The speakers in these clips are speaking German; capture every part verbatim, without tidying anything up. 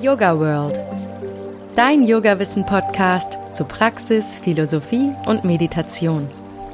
Yoga World. Dein Yoga-Wissen-Podcast zu Praxis, Philosophie und Meditation.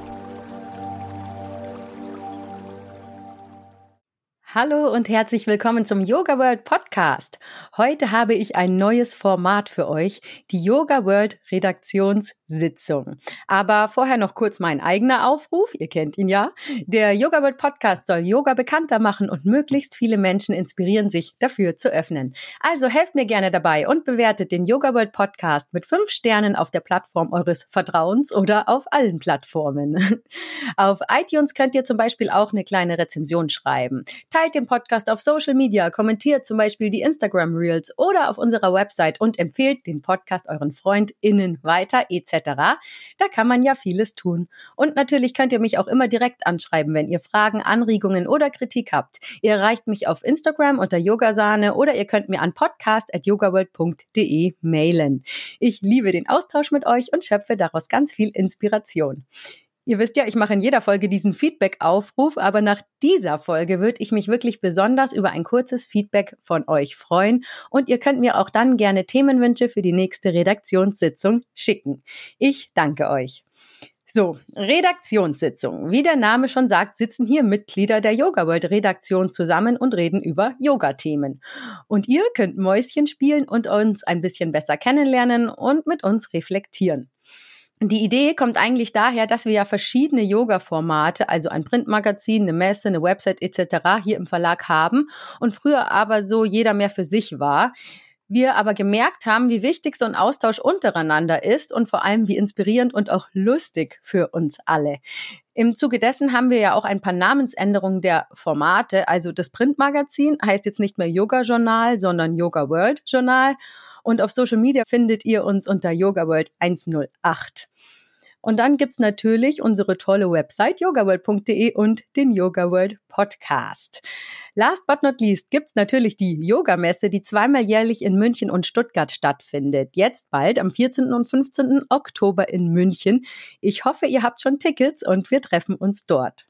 Hallo und herzlich willkommen zum Yoga World Podcast. Heute habe ich ein neues Format für euch, die Yoga World Redaktionssitzung. Aber vorher noch kurz mein eigener Aufruf, ihr kennt ihn ja. Der Yoga World Podcast soll Yoga bekannter machen und möglichst viele Menschen inspirieren, sich dafür zu öffnen. Also helft mir gerne dabei und bewertet den Yoga World Podcast mit fünf Sternen auf der Plattform eures Vertrauens oder auf allen Plattformen. Auf iTunes könnt ihr zum Beispiel auch eine kleine Rezension schreiben. Teilt den Podcast auf Social Media, kommentiert zum Beispiel die Instagram Reels oder auf unserer Website und empfehlt den Podcast euren FreundInnen weiter et cetera. Da kann man ja vieles tun. Und natürlich könnt ihr mich auch immer direkt anschreiben, wenn ihr Fragen, Anregungen oder Kritik habt. Ihr erreicht mich auf Instagram unter Yogasahne oder ihr könnt mir an podcast at yogaworld punkt de mailen. Ich liebe den Austausch mit euch und schöpfe daraus ganz viel Inspiration. Ihr wisst ja, ich mache in jeder Folge diesen Feedback-Aufruf, aber nach dieser Folge würde ich mich wirklich besonders über ein kurzes Feedback von euch freuen und ihr könnt mir auch dann gerne Themenwünsche für die nächste Redaktionssitzung schicken. Ich danke euch. So, Redaktionssitzung. Wie der Name schon sagt, sitzen hier Mitglieder der Yoga World Redaktion zusammen und reden über Yoga-Themen. Und ihr könnt Mäuschen spielen und uns ein bisschen besser kennenlernen und mit uns reflektieren. Die Idee kommt eigentlich daher, dass wir ja verschiedene Yoga-Formate, also ein Printmagazin, eine Messe, eine Website et cetera hier im Verlag haben und früher aber so jeder mehr für sich war. Wir aber gemerkt haben, wie wichtig so ein Austausch untereinander ist und vor allem wie inspirierend und auch lustig für uns alle. Im Zuge dessen haben wir ja auch ein paar Namensänderungen der Formate. Also das Printmagazin heißt jetzt nicht mehr Yoga Journal, sondern Yoga World Journal. Und auf Social Media findet ihr uns unter Yoga World hundertacht. Und dann gibt's natürlich unsere tolle Website yogaworld punkt de und den Yoga World Podcast. Last but not least gibt's natürlich die Yogamesse, die zweimal jährlich in München und Stuttgart stattfindet. Jetzt bald am vierzehnten und fünfzehnten Oktober in München. Ich hoffe, ihr habt schon Tickets und wir treffen uns dort.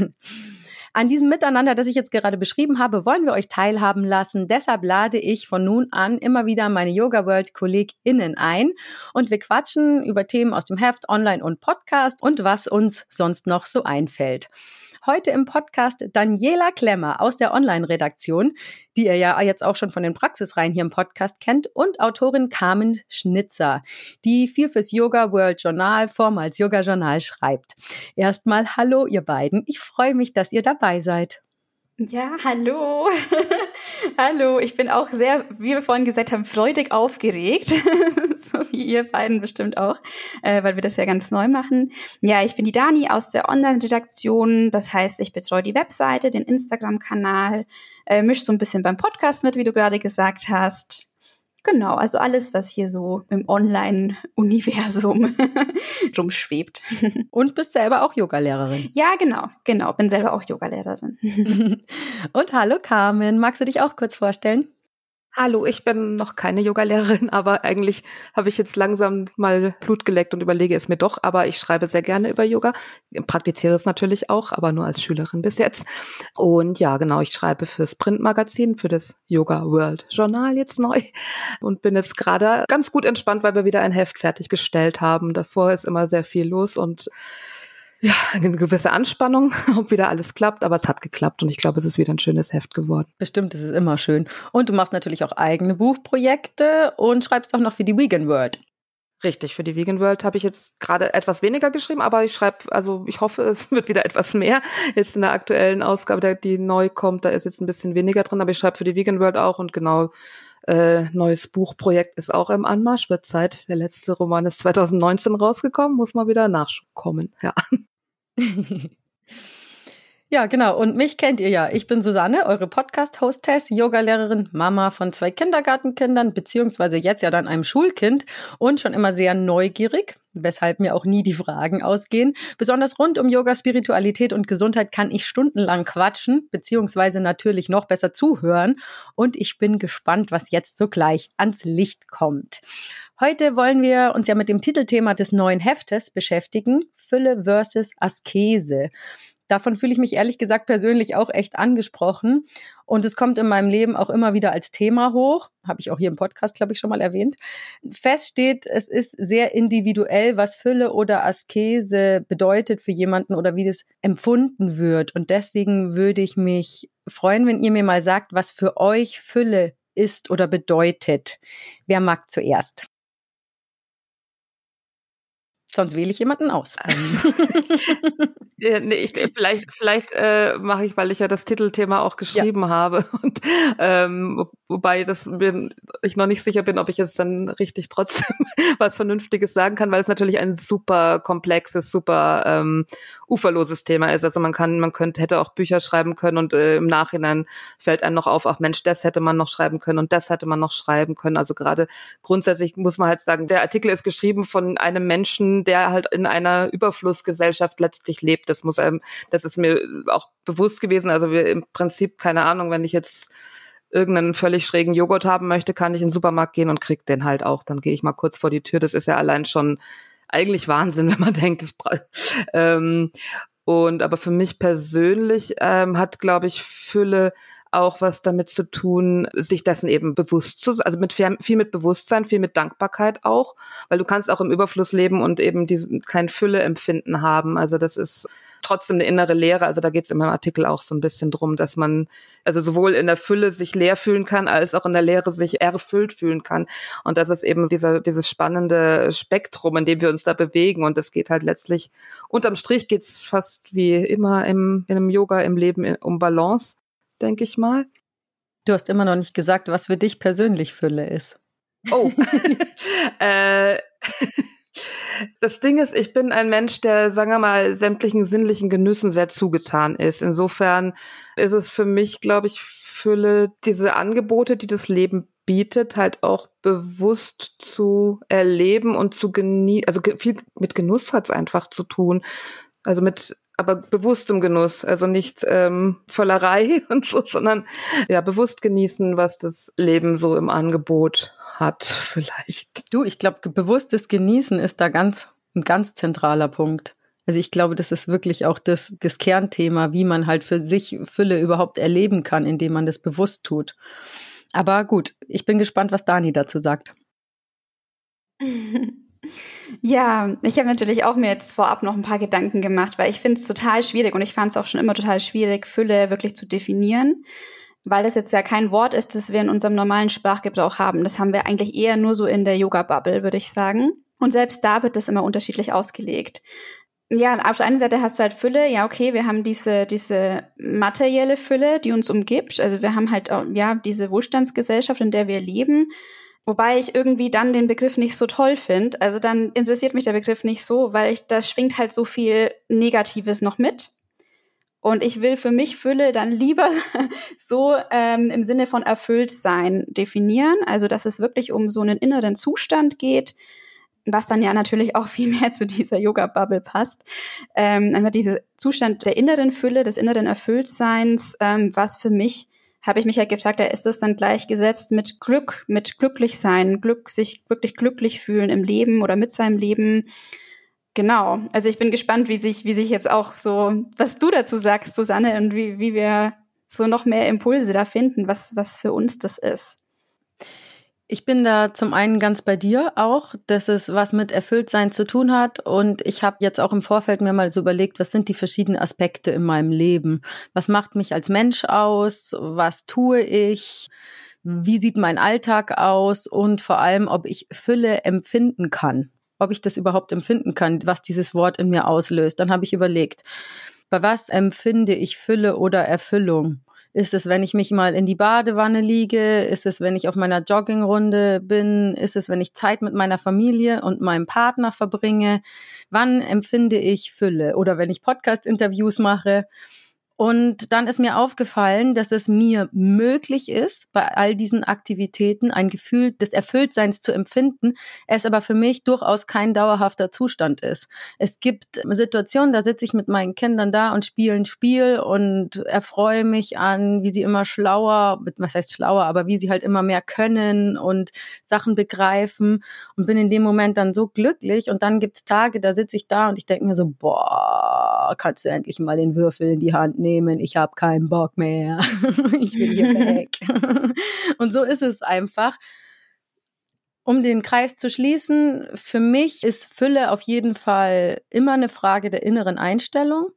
An diesem Miteinander, das ich jetzt gerade beschrieben habe, wollen wir euch teilhaben lassen. Deshalb lade ich von nun an immer wieder meine Yoga World KollegInnen ein und wir quatschen über Themen aus dem Heft, Online und Podcast und was uns sonst noch so einfällt. Heute im Podcast Daniela Klemmer aus der Online-Redaktion, die ihr ja jetzt auch schon von den Praxisreihen hier im Podcast kennt, und Autorin Carmen Schnitzer, die viel fürs Yoga World Journal, vormals Yoga Journal, schreibt. Erstmal hallo ihr beiden, ich freue mich, dass ihr dabei seid. Ja, hallo. Hallo, ich bin auch sehr, wie wir vorhin gesagt haben, freudig aufgeregt, so wie ihr beiden bestimmt auch, äh, weil wir das ja ganz neu machen. Ja, ich bin die Dani aus der Online-Redaktion, das heißt, ich betreue die Webseite, den Instagram-Kanal, äh, mische so ein bisschen beim Podcast mit, wie du gerade gesagt hast. Genau, also alles, was hier so im Online-Universum rumschwebt. Und bist selber auch Yogalehrerin. Ja, genau, genau, bin selber auch Yogalehrerin. Und hallo Carmen, magst du dich auch kurz vorstellen? Hallo, ich bin noch keine Yogalehrerin, aber eigentlich habe ich jetzt langsam mal Blut geleckt und überlege es mir doch, aber ich schreibe sehr gerne über Yoga, praktiziere es natürlich auch, aber nur als Schülerin bis jetzt. Und ja, genau, ich schreibe fürs Printmagazin, für das Yoga World Journal jetzt neu und bin jetzt gerade ganz gut entspannt, weil wir wieder ein Heft fertiggestellt haben. Davor ist immer sehr viel los und ja, eine gewisse Anspannung, ob wieder alles klappt, aber es hat geklappt und ich glaube, es ist wieder ein schönes Heft geworden. Bestimmt, es ist immer schön. Und du machst natürlich auch eigene Buchprojekte und schreibst auch noch für die Vegan World. Richtig, für die Vegan World habe ich jetzt gerade etwas weniger geschrieben, aber ich schreibe, also ich hoffe, es wird wieder etwas mehr. Jetzt in der aktuellen Ausgabe, die neu kommt, da ist jetzt ein bisschen weniger drin, aber ich schreibe für die Vegan World auch und genau, Äh, neues Buchprojekt ist auch im Anmarsch, wird Zeit. Der letzte Roman ist zwanzig neunzehn rausgekommen, muss mal wieder Nachschub kommen. Ja. Ja, genau. Und mich kennt ihr ja. Ich bin Susanne, eure Podcast-Hostess, Yogalehrerin, Mama von zwei Kindergartenkindern, beziehungsweise jetzt ja dann einem Schulkind und schon immer sehr neugierig, weshalb mir auch nie die Fragen ausgehen. Besonders rund um Yoga, Spiritualität und Gesundheit kann ich stundenlang quatschen, beziehungsweise natürlich noch besser zuhören. Und ich bin gespannt, was jetzt so gleich ans Licht kommt. Heute wollen wir uns ja mit dem Titelthema des neuen Heftes beschäftigen, Fülle versus Askese. Davon fühle ich mich ehrlich gesagt persönlich auch echt angesprochen. Und es kommt in meinem Leben auch immer wieder als Thema hoch. Habe ich auch hier im Podcast, glaube ich, schon mal erwähnt. Fest steht, es ist sehr individuell, was Fülle oder Askese bedeutet für jemanden oder wie das empfunden wird. Und deswegen würde ich mich freuen, wenn ihr mir mal sagt, was für euch Fülle ist oder bedeutet. Wer mag zuerst? Sonst wähle ich jemanden aus. Ja, nee, ich, vielleicht vielleicht äh, mache ich, weil ich ja das Titelthema auch geschrieben ja. habe. Und ähm, wobei das bin, ich noch nicht sicher bin, ob ich jetzt dann richtig trotzdem was Vernünftiges sagen kann, weil es natürlich ein super komplexes, super ähm, uferloses Thema ist. Also man kann, man könnte, hätte auch Bücher schreiben können und äh, im Nachhinein fällt einem noch auf, ach Mensch, das hätte man noch schreiben können und das hätte man noch schreiben können. Also gerade grundsätzlich muss man halt sagen, der Artikel ist geschrieben von einem Menschen, der halt in einer Überflussgesellschaft letztlich lebt. Das muss einem, das ist mir auch bewusst gewesen. Also wir im Prinzip, keine Ahnung, wenn ich jetzt irgendeinen völlig schrägen Joghurt haben möchte, kann ich in den Supermarkt gehen und krieg den halt auch. Dann gehe ich mal kurz vor die Tür. Das ist ja allein schon eigentlich Wahnsinn, wenn man denkt, ich bra- ähm, und aber für mich persönlich ähm, hat, glaube ich, Fülle auch was damit zu tun, sich dessen eben bewusst zu, also mit viel mit Bewusstsein, viel mit Dankbarkeit auch, weil du kannst auch im Überfluss leben und eben diesen kein Fülle-Empfinden haben. Also das ist trotzdem eine innere Leere. Also da geht es in meinem Artikel auch so ein bisschen drum, dass man also sowohl in der Fülle sich leer fühlen kann, als auch in der Leere sich erfüllt fühlen kann. Und das ist eben dieser dieses spannende Spektrum, in dem wir uns da bewegen. Und das geht halt letztlich, unterm Strich geht es fast wie immer im, in einem Yoga im Leben um Balance, denke ich mal. Du hast immer noch nicht gesagt, was für dich persönlich Fülle ist. Oh. äh, das Ding ist, ich bin ein Mensch, der, sagen wir mal, sämtlichen sinnlichen Genüssen sehr zugetan ist. Insofern ist es für mich, glaube ich, Fülle, diese Angebote, die das Leben bietet, halt auch bewusst zu erleben und zu genießen. Also viel mit Genuss hat es einfach zu tun. Also mit aber bewusstem Genuss, also nicht ähm, Völlerei und so, sondern ja bewusst genießen, was das Leben so im Angebot hat, vielleicht. Du, ich glaube, bewusstes Genießen ist da ganz ein ganz zentraler Punkt. Also ich glaube, das ist wirklich auch das, das Kernthema, wie man halt für sich Fülle überhaupt erleben kann, indem man das bewusst tut. Aber gut, ich bin gespannt, was Dani dazu sagt. Ja, ich habe natürlich auch mir jetzt vorab noch ein paar Gedanken gemacht, weil ich finde es total schwierig und ich fand es auch schon immer total schwierig, Fülle wirklich zu definieren, weil das jetzt ja kein Wort ist, das wir in unserem normalen Sprachgebrauch haben. Das haben wir eigentlich eher nur so in der Yoga-Bubble, würde ich sagen. Und selbst da wird das immer unterschiedlich ausgelegt. Ja, auf der einen Seite hast du halt Fülle, ja okay, wir haben diese diese materielle Fülle, die uns umgibt. Also wir haben halt auch, ja diese Wohlstandsgesellschaft, in der wir leben. Wobei ich irgendwie dann den Begriff nicht so toll finde. Also dann interessiert mich der Begriff nicht so, weil ich, da schwingt halt so viel Negatives noch mit. Und ich will für mich Fülle dann lieber so ähm, im Sinne von erfüllt sein definieren. Also dass es wirklich um so einen inneren Zustand geht, was dann ja natürlich auch viel mehr zu dieser Yoga-Bubble passt. Ähm, einfach dieser Zustand der inneren Fülle, des inneren Erfülltseins, ähm, was für mich habe ich mich halt gefragt, da ist das dann gleichgesetzt mit Glück, mit Glücklichsein, Glück, sich wirklich glücklich fühlen im Leben oder mit seinem Leben. Genau. Also ich bin gespannt, wie sich, wie sich jetzt auch so, was du dazu sagst, Susanne, und wie, wie wir so noch mehr Impulse da finden, was, was für uns das ist. Ich bin da zum einen ganz bei dir auch, dass es was mit Erfülltsein zu tun hat, und ich habe jetzt auch im Vorfeld mir mal so überlegt, was sind die verschiedenen Aspekte in meinem Leben? Was macht mich als Mensch aus? Was tue ich? Wie sieht mein Alltag aus? Und vor allem, ob ich Fülle empfinden kann, ob ich das überhaupt empfinden kann, was dieses Wort in mir auslöst. Dann habe ich überlegt, bei was empfinde ich Fülle oder Erfüllung? Ist es, wenn ich mich mal in die Badewanne liege? Ist es, wenn ich auf meiner Joggingrunde bin? Ist es, wenn ich Zeit mit meiner Familie und meinem Partner verbringe? Wann empfinde ich Fülle? Oder wenn ich Podcast-Interviews mache? Und dann ist mir aufgefallen, dass es mir möglich ist, bei all diesen Aktivitäten ein Gefühl des Erfülltseins zu empfinden, es aber für mich durchaus kein dauerhafter Zustand ist. Es gibt Situationen, da sitze ich mit meinen Kindern da und spiele ein Spiel und erfreue mich an, wie sie immer schlauer, was heißt schlauer, aber wie sie halt immer mehr können und Sachen begreifen und bin in dem Moment dann so glücklich. Und dann gibt's Tage, da sitze ich da und ich denke mir so, boah, kannst du endlich mal den Würfel in die Hand nehmen? Ich habe keinen Bock mehr. Ich will hier weg. Und so ist es einfach. Um den Kreis zu schließen, für mich ist Fülle auf jeden Fall immer eine Frage der inneren Einstellung.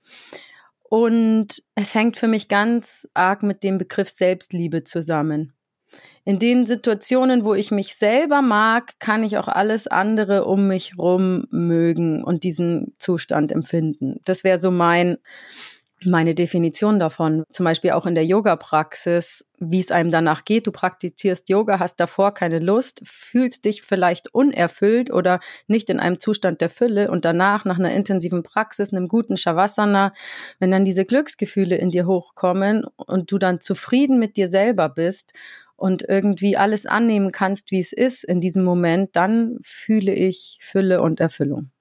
Und es hängt für mich ganz arg mit dem Begriff Selbstliebe zusammen. In den Situationen, wo ich mich selber mag, kann ich auch alles andere um mich rum mögen und diesen Zustand empfinden. Das wäre so mein meine Definition davon, zum Beispiel auch in der Yoga-Praxis, wie es einem danach geht. Du praktizierst Yoga, hast davor keine Lust, fühlst dich vielleicht unerfüllt oder nicht in einem Zustand der Fülle und danach, nach einer intensiven Praxis, einem guten Shavasana, wenn dann diese Glücksgefühle in dir hochkommen und du dann zufrieden mit dir selber bist und irgendwie alles annehmen kannst, wie es ist in diesem Moment, dann fühle ich Fülle und Erfüllung.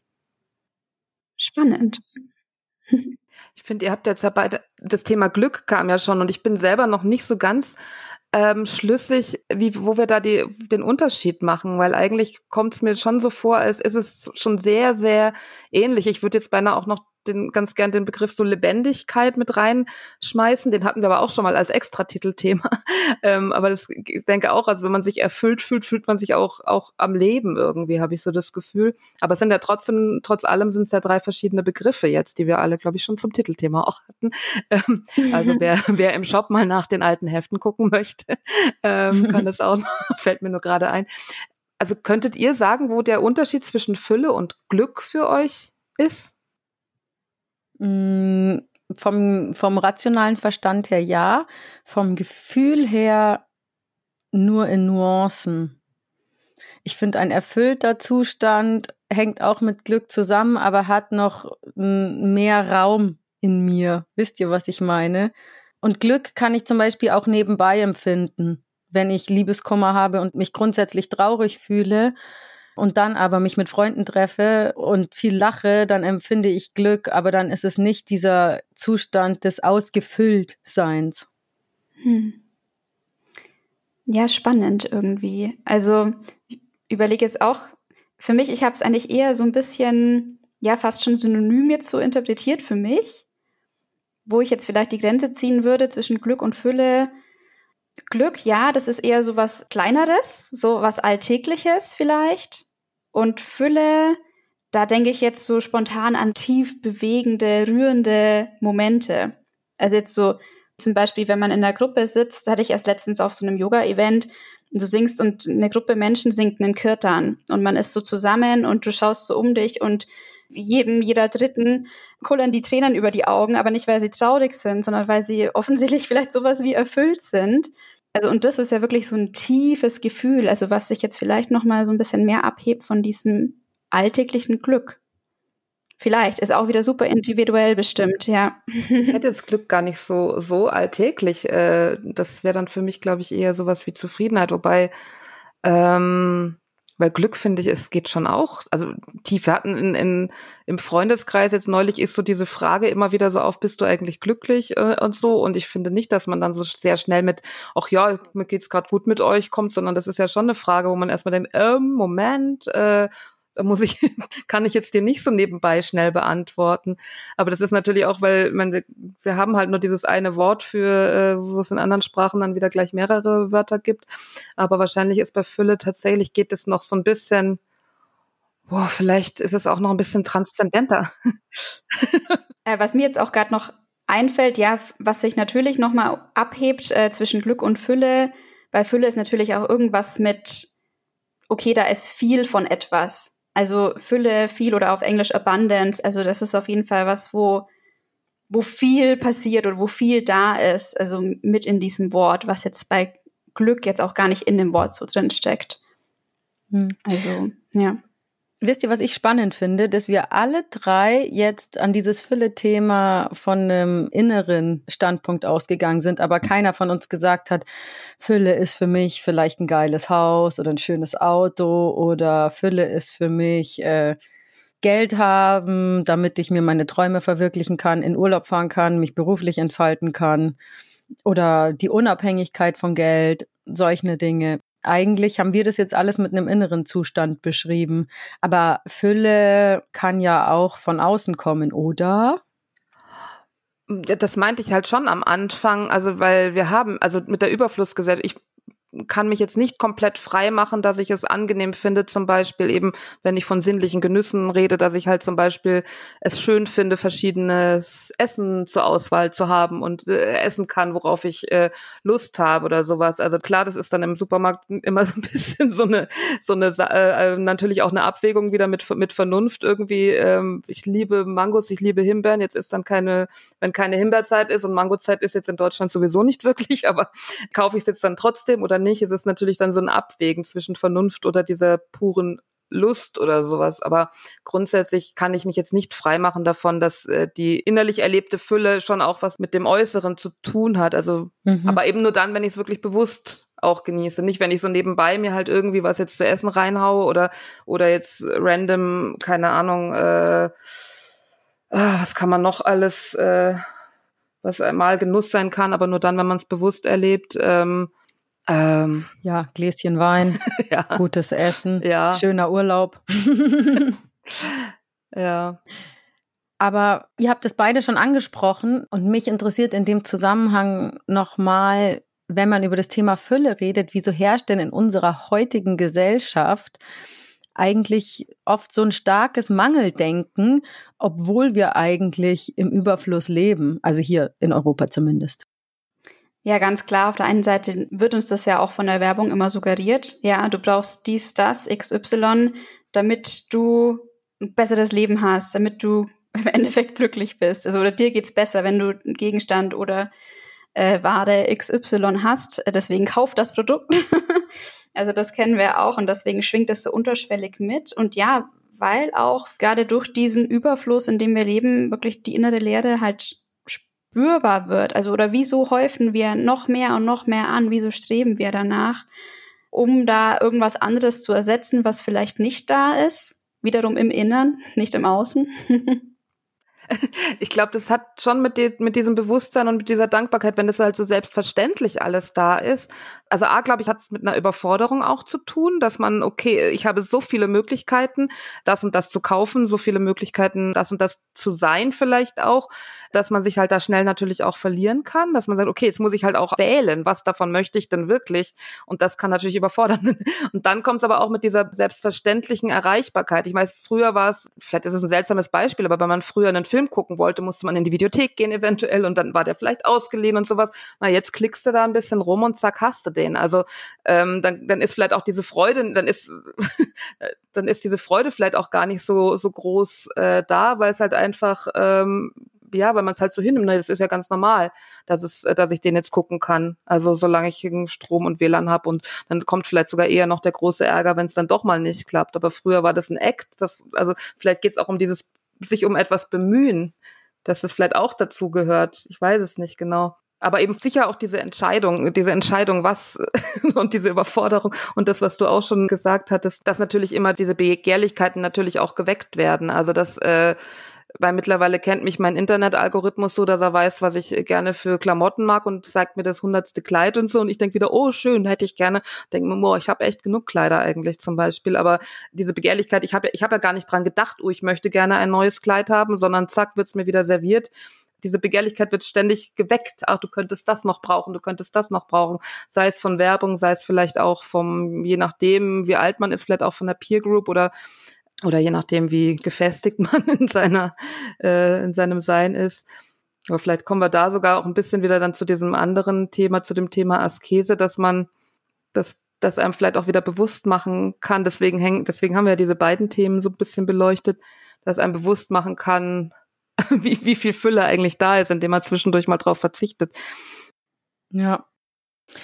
Spannend. Ich finde, ihr habt jetzt ja beide, das Thema Glück kam ja schon und ich bin selber noch nicht so ganz ähm, schlüssig, wie, wo wir da die, den Unterschied machen, weil eigentlich kommt es mir schon so vor, als ist es schon sehr, sehr ähnlich. Ich würde jetzt beinahe auch noch den, ganz gern den Begriff so Lebendigkeit mit reinschmeißen. Den hatten wir aber auch schon mal als Extratitelthema. ähm, aber das, ich denke auch, also wenn man sich erfüllt fühlt, fühlt man sich auch auch am Leben irgendwie, habe ich so das Gefühl. Aber es sind ja trotzdem, trotz allem sind es ja drei verschiedene Begriffe jetzt, die wir alle, glaube ich, schon zum Titelthema auch hatten. Ähm, also wer, wer im Shop mal nach den alten Heften gucken möchte, ähm, kann das auch noch, fällt mir nur gerade ein. Also könntet ihr sagen, wo der Unterschied zwischen Fülle und Glück für euch ist? Vom, vom rationalen Verstand her ja, vom Gefühl her nur in Nuancen. Ich finde, ein erfüllter Zustand hängt auch mit Glück zusammen, aber hat noch mehr Raum in mir. Wisst ihr, was ich meine? Und Glück kann ich zum Beispiel auch nebenbei empfinden, wenn ich Liebeskummer habe und mich grundsätzlich traurig fühle und dann aber mich mit Freunden treffe und viel lache, dann empfinde ich Glück, aber dann ist es nicht dieser Zustand des Ausgefülltseins. Hm. Ja, spannend irgendwie. Also ich überlege jetzt auch, für mich, ich habe es eigentlich eher so ein bisschen, ja, fast schon synonym jetzt so interpretiert für mich, wo ich jetzt vielleicht die Grenze ziehen würde zwischen Glück und Fülle. Glück, ja, das ist eher so was Kleineres, so was Alltägliches vielleicht. Und Fülle, da denke ich jetzt so spontan an tief bewegende, rührende Momente. Also jetzt so zum Beispiel, wenn man in einer Gruppe sitzt, da hatte ich erst letztens auf so einem Yoga-Event, du singst und eine Gruppe Menschen singt einen Kirtan und man ist so zusammen und du schaust so um dich und jedem, jeder Dritten kullern die Tränen über die Augen, aber nicht, weil sie traurig sind, sondern weil sie offensichtlich vielleicht sowas wie erfüllt sind. Also und das ist ja wirklich so ein tiefes Gefühl, also was sich jetzt vielleicht noch mal so ein bisschen mehr abhebt von diesem alltäglichen Glück. Vielleicht, ist auch wieder super individuell bestimmt, ja. Ich hätte das Glück gar nicht so so alltäglich. Äh, das wäre dann für mich, glaube ich, eher sowas wie Zufriedenheit, wobei ähm, weil Glück, finde ich, es geht schon auch, also tief, wir hatten in, in, im Freundeskreis jetzt neulich ist so diese Frage immer wieder so auf, bist du eigentlich glücklich äh, und so, und ich finde nicht, dass man dann so sehr schnell mit, ach ja, mir geht's gerade gut mit euch kommt, sondern das ist ja schon eine Frage, wo man erstmal denkt, ähm, Moment, äh, da muss ich, kann ich jetzt dir nicht so nebenbei schnell beantworten. Aber das ist natürlich auch, weil man, wir, wir haben halt nur dieses eine Wort für, äh, wo es in anderen Sprachen dann wieder gleich mehrere Wörter gibt. Aber wahrscheinlich ist bei Fülle tatsächlich geht es noch so ein bisschen, boah, vielleicht ist es auch noch ein bisschen transzendenter. Äh, was mir jetzt auch gerade noch einfällt, ja, was sich natürlich nochmal abhebt äh, zwischen Glück und Fülle. Bei Fülle ist natürlich auch irgendwas mit, okay, da ist viel von etwas. Also Fülle, viel oder auf Englisch Abundance. Also das ist auf jeden Fall was, wo, wo viel passiert oder wo viel da ist. Also mit in diesem Wort, was jetzt bei Glück jetzt auch gar nicht in dem Wort so drin steckt. Hm. Also, ja. Wisst ihr, was ich spannend finde? Dass wir alle drei jetzt an dieses Fülle-Thema von einem inneren Standpunkt ausgegangen sind, aber keiner von uns gesagt hat, Fülle ist für mich vielleicht ein geiles Haus oder ein schönes Auto oder Fülle ist für mich äh, Geld haben, damit ich mir meine Träume verwirklichen kann, in Urlaub fahren kann, mich beruflich entfalten kann oder die Unabhängigkeit von Geld, solche Dinge. Eigentlich haben wir das jetzt alles mit einem inneren Zustand beschrieben. Aber Fülle kann ja auch von außen kommen, oder? Das meinte ich halt schon am Anfang, also weil wir haben, also mit der Überflussgesellschaft, ich kann mich jetzt nicht komplett frei machen, dass ich es angenehm finde, zum Beispiel eben, wenn ich von sinnlichen Genüssen rede, dass ich halt zum Beispiel es schön finde, verschiedenes Essen zur Auswahl zu haben und äh, essen kann, worauf ich äh, Lust habe oder sowas. Also klar, das ist dann im Supermarkt immer so ein bisschen so eine, so eine äh, natürlich auch eine Abwägung wieder mit mit Vernunft irgendwie. Ähm, ich liebe Mangos, ich liebe Himbeeren. Jetzt ist dann keine, wenn keine Himbeerzeit ist und Mangozeit ist jetzt in Deutschland sowieso nicht wirklich, aber kaufe ich es jetzt dann trotzdem oder nicht? Es ist natürlich dann so ein Abwägen zwischen Vernunft oder dieser puren Lust oder sowas. Aber grundsätzlich kann ich mich jetzt nicht freimachen davon, dass äh, die innerlich erlebte Fülle schon auch was mit dem Äußeren zu tun hat. Also, mhm. aber eben nur dann, wenn ich es wirklich bewusst auch genieße. Nicht, wenn ich so nebenbei mir halt irgendwie was jetzt zu essen reinhaue oder oder jetzt random, keine Ahnung, äh, was kann man noch alles, äh, was einmal Genuss sein kann, aber nur dann, wenn man es bewusst erlebt. Ähm, Ähm, ja, Gläschen Wein, ja. Gutes Essen, ja. Schöner Urlaub. Ja. Aber ihr habt es beide schon angesprochen und mich interessiert in dem Zusammenhang nochmal, wenn man über das Thema Fülle redet, wieso herrscht denn in unserer heutigen Gesellschaft eigentlich oft so ein starkes Mangeldenken, obwohl wir eigentlich im Überfluss leben, also hier in Europa zumindest? Ja, ganz klar. Auf der einen Seite wird uns das ja auch von der Werbung immer suggeriert. Ja, du brauchst dies, das, X Y, damit du ein besseres Leben hast, damit du im Endeffekt glücklich bist. Also oder dir geht's besser, wenn du einen Gegenstand oder äh, Ware X Y hast. Deswegen kauf das Produkt. Also das kennen wir auch und deswegen schwingt das so unterschwellig mit. Und ja, weil auch gerade durch diesen Überfluss, in dem wir leben, wirklich die innere Leere halt spürbar wird. Also oder wieso häufen wir noch mehr und noch mehr an? Wieso streben wir danach, um da irgendwas anderes zu ersetzen, was vielleicht nicht da ist? Wiederum im Innern, nicht im Außen. Ich glaube, das hat schon mit, die, mit diesem Bewusstsein und mit dieser Dankbarkeit, wenn das halt so selbstverständlich alles da ist. Also A, glaube ich, hat es mit einer Überforderung auch zu tun, dass man, okay, ich habe so viele Möglichkeiten, das und das zu kaufen, so viele Möglichkeiten, das und das zu sein vielleicht auch, dass man sich halt da schnell natürlich auch verlieren kann, dass man sagt, okay, jetzt muss ich halt auch wählen, was davon möchte ich denn wirklich? Und das kann natürlich überfordern. Und dann kommt es aber auch mit dieser selbstverständlichen Erreichbarkeit. Ich weiß, früher war es, vielleicht ist es ein seltsames Beispiel, aber wenn man früher einen Film gucken wollte, musste man in die Videothek gehen eventuell und dann war der vielleicht ausgeliehen und sowas. Na, jetzt klickst du da ein bisschen rum und zack, hast du den. Also ähm, dann, dann ist vielleicht auch diese Freude, dann ist dann ist diese Freude vielleicht auch gar nicht so so groß äh, da, weil es halt einfach ähm, ja, weil man es halt so hinnimmt, das ist ja ganz normal, dass es, dass ich den jetzt gucken kann. Also solange ich Strom und W L A N habe und dann kommt vielleicht sogar eher noch der große Ärger, wenn es dann doch mal nicht klappt. Aber früher war das ein Act. Das, also vielleicht geht es auch um dieses sich um etwas bemühen, dass das vielleicht auch dazu gehört. Ich weiß es nicht genau. Aber eben sicher auch diese Entscheidung, diese Entscheidung, was und diese Überforderung und das, was du auch schon gesagt hattest, dass natürlich immer diese Begehrlichkeiten natürlich auch geweckt werden. Also dass äh, weil mittlerweile kennt mich mein Internet-Algorithmus so, dass er weiß, was ich gerne für Klamotten mag und zeigt mir das hundertste Kleid und so und ich denke wieder, oh schön, hätte ich gerne. Denke mir, boah, ich habe echt genug Kleider eigentlich zum Beispiel, aber diese Begehrlichkeit, ich habe ja, ich habe ja gar nicht dran gedacht, oh, ich möchte gerne ein neues Kleid haben, sondern zack, wird's mir wieder serviert. Diese Begehrlichkeit wird ständig geweckt. Ach, du könntest das noch brauchen, du könntest das noch brauchen. Sei es von Werbung, sei es vielleicht auch vom, je nachdem, wie alt man ist, vielleicht auch von der Peer Group oder oder je nachdem, wie gefestigt man in seiner äh, in seinem Sein ist. Aber vielleicht kommen wir da sogar auch ein bisschen wieder dann zu diesem anderen Thema, zu dem Thema Askese, dass man das das einem vielleicht auch wieder bewusst machen kann. Deswegen hängen, deswegen haben wir ja diese beiden Themen so ein bisschen beleuchtet, dass einem bewusst machen kann, wie wie viel Fülle eigentlich da ist, indem man zwischendurch mal drauf verzichtet. Ja.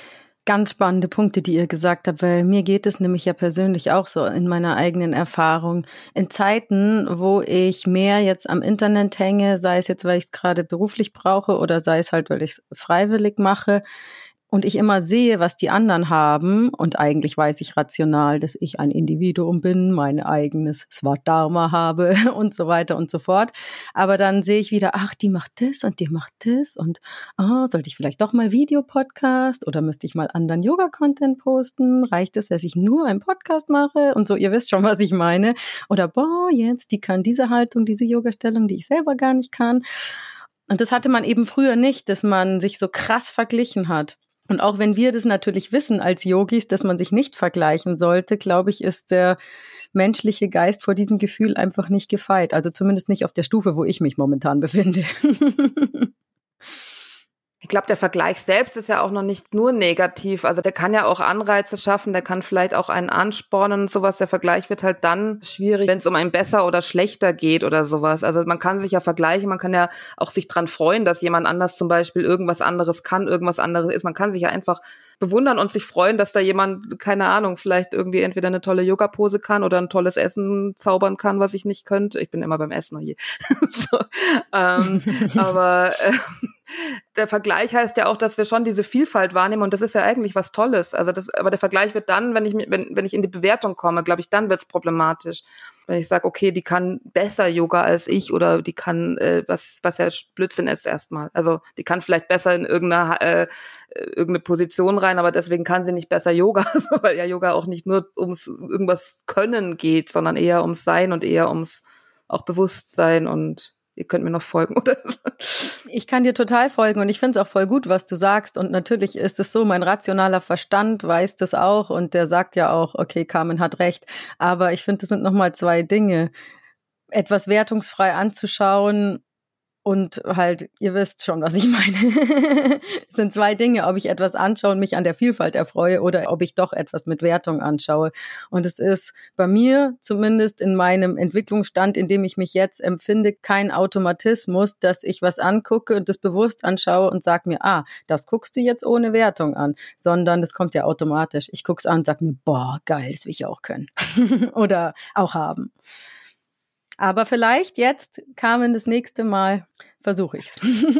Ganz spannende Punkte, die ihr gesagt habt, weil mir geht es nämlich ja persönlich auch so in meiner eigenen Erfahrung. In Zeiten, wo ich mehr jetzt am Internet hänge, sei es jetzt, weil ich es gerade beruflich brauche oder sei es halt, weil ich es freiwillig mache, und ich immer sehe, was die anderen haben, und eigentlich weiß ich rational, dass ich ein Individuum bin, mein eigenes Swadharma habe und so weiter und so fort. Aber dann sehe ich wieder, ach, die macht das und die macht das und oh, sollte ich vielleicht doch mal Videopodcast oder müsste ich mal anderen Yoga-Content posten? Reicht es, wenn ich nur einen Podcast mache? Und so, ihr wisst schon, was ich meine. Oder boah, jetzt, die kann diese Haltung, diese Yoga-Stellung, die ich selber gar nicht kann. Und das hatte man eben früher nicht, dass man sich so krass verglichen hat. Und auch wenn wir das natürlich wissen als Yogis, dass man sich nicht vergleichen sollte, glaube ich, ist der menschliche Geist vor diesem Gefühl einfach nicht gefeit. Also zumindest nicht auf der Stufe, wo ich mich momentan befinde. Ich glaube, der Vergleich selbst ist ja auch noch nicht nur negativ. Also der kann ja auch Anreize schaffen, der kann vielleicht auch einen anspornen und sowas. Der Vergleich wird halt dann schwierig, wenn es um ein besser oder schlechter geht oder sowas. Also man kann sich ja vergleichen, man kann ja auch sich dran freuen, dass jemand anders zum Beispiel irgendwas anderes kann, irgendwas anderes ist. Man kann sich ja einfach bewundern und sich freuen, dass da jemand, keine Ahnung, vielleicht irgendwie entweder eine tolle Yoga-Pose kann oder ein tolles Essen zaubern kann, was ich nicht könnte. Ich bin immer beim Essen hier. so, ähm, aber äh, der Vergleich heißt ja auch, dass wir schon diese Vielfalt wahrnehmen und das ist ja eigentlich was Tolles. Also das, aber der Vergleich wird dann, wenn ich wenn wenn ich in die Bewertung komme, glaube ich, dann wird's problematisch. Wenn ich sage, okay, die kann besser Yoga als ich oder die kann äh, was was ja Blödsinn ist erstmal. Also die kann vielleicht besser in irgendeine äh, irgendeine Position rein, aber deswegen kann sie nicht besser Yoga, weil ja Yoga auch nicht nur ums irgendwas Können geht, sondern eher ums Sein und eher ums auch Bewusstsein und ihr könnt mir noch folgen, oder? Ich kann dir total folgen und ich finde es auch voll gut, was du sagst. Und natürlich ist es so, mein rationaler Verstand weiß das auch und der sagt ja auch, okay, Carmen hat recht. Aber ich finde, das sind nochmal zwei Dinge. Etwas wertungsfrei anzuschauen und halt, ihr wisst schon, was ich meine. Es sind zwei Dinge, ob ich etwas anschaue und mich an der Vielfalt erfreue oder ob ich doch etwas mit Wertung anschaue. Und es ist bei mir, zumindest in meinem Entwicklungsstand, in dem ich mich jetzt empfinde, kein Automatismus, dass ich was angucke und das bewusst anschaue und sage mir, ah, das guckst du jetzt ohne Wertung an, sondern das kommt ja automatisch. Ich gucke es an und sage mir, boah, geil, das will ich auch können oder auch haben. Aber vielleicht jetzt, Carmen, das nächste Mal versuche ich's.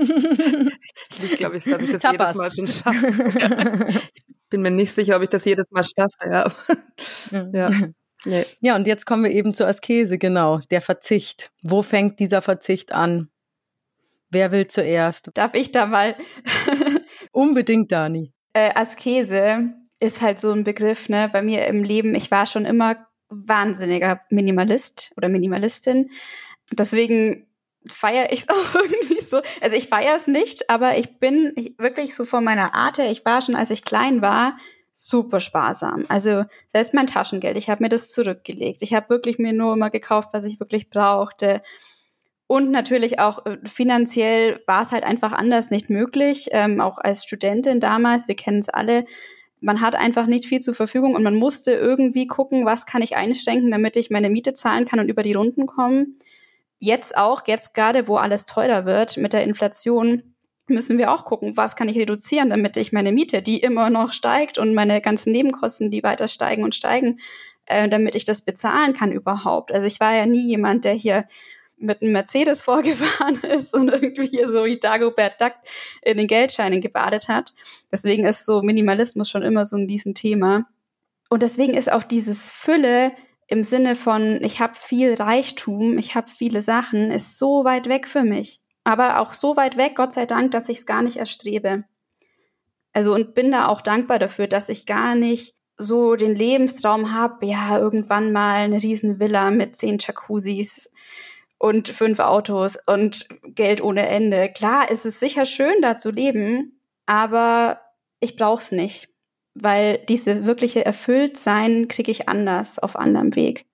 Ich glaube, ich, dass ich das Tapas. Jedes Mal schon schaffe. Ich bin mir nicht sicher, ob ich das jedes Mal schaffe. Ja, ja. Nee. Ja, und jetzt kommen wir eben zur Askese, genau, der Verzicht. Wo fängt dieser Verzicht an? Wer will zuerst? Darf ich da mal? Unbedingt, Dani. Äh, Askese ist halt so ein Begriff, ne, bei mir im Leben. Ich war schon immer wahnsinniger Minimalist oder Minimalistin. Deswegen feiere ich es auch irgendwie so. Also ich feiere es nicht, aber ich bin ich, wirklich so von meiner Art her, ich war schon, als ich klein war, super sparsam. Also selbst mein Taschengeld, ich habe mir das zurückgelegt. Ich habe wirklich mir nur immer gekauft, was ich wirklich brauchte. Und natürlich auch finanziell war es halt einfach anders nicht möglich. Ähm, auch als Studentin damals, wir kennen es alle, man hat einfach nicht viel zur Verfügung und man musste irgendwie gucken, was kann ich einschränken, damit ich meine Miete zahlen kann und über die Runden komme. Jetzt auch, jetzt gerade, wo alles teurer wird mit der Inflation, müssen wir auch gucken, was kann ich reduzieren, damit ich meine Miete, die immer noch steigt und meine ganzen Nebenkosten, die weiter steigen und steigen, äh, damit ich das bezahlen kann überhaupt. Also ich war ja nie jemand, der hier mit einem Mercedes vorgefahren ist und irgendwie hier so wie Dagobert Duck in den Geldscheinen gebadet hat. Deswegen ist so Minimalismus schon immer so ein Riesenthema. Und deswegen ist auch dieses Fülle im Sinne von, ich habe viel Reichtum, ich habe viele Sachen, ist so weit weg für mich. Aber auch so weit weg, Gott sei Dank, dass ich es gar nicht erstrebe. Also und bin da auch dankbar dafür, dass ich gar nicht so den Lebenstraum habe, ja, irgendwann mal eine riesen Villa mit zehn Jacuzzis und fünf Autos und Geld ohne Ende. Klar, es ist sicher schön, da zu leben, aber ich brauch's nicht, weil diese wirkliche Erfülltsein kriege ich anders, auf anderem Weg.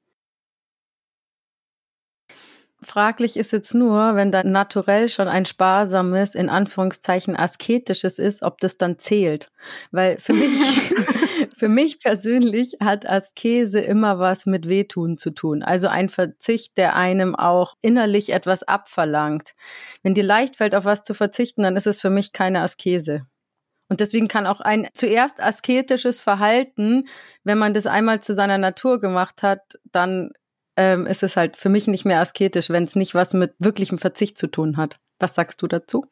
Fraglich ist jetzt nur, wenn dein Naturell schon ein sparsames, in Anführungszeichen asketisches ist, ob das dann zählt. Weil für mich, für mich persönlich hat Askese immer was mit Wehtun zu tun. Also ein Verzicht, der einem auch innerlich etwas abverlangt. Wenn dir leicht fällt, auf was zu verzichten, dann ist es für mich keine Askese. Und deswegen kann auch ein zuerst asketisches Verhalten, wenn man das einmal zu seiner Natur gemacht hat, dann ähm, ist es halt für mich nicht mehr asketisch, wenn es nicht was mit wirklichem Verzicht zu tun hat. Was sagst du dazu?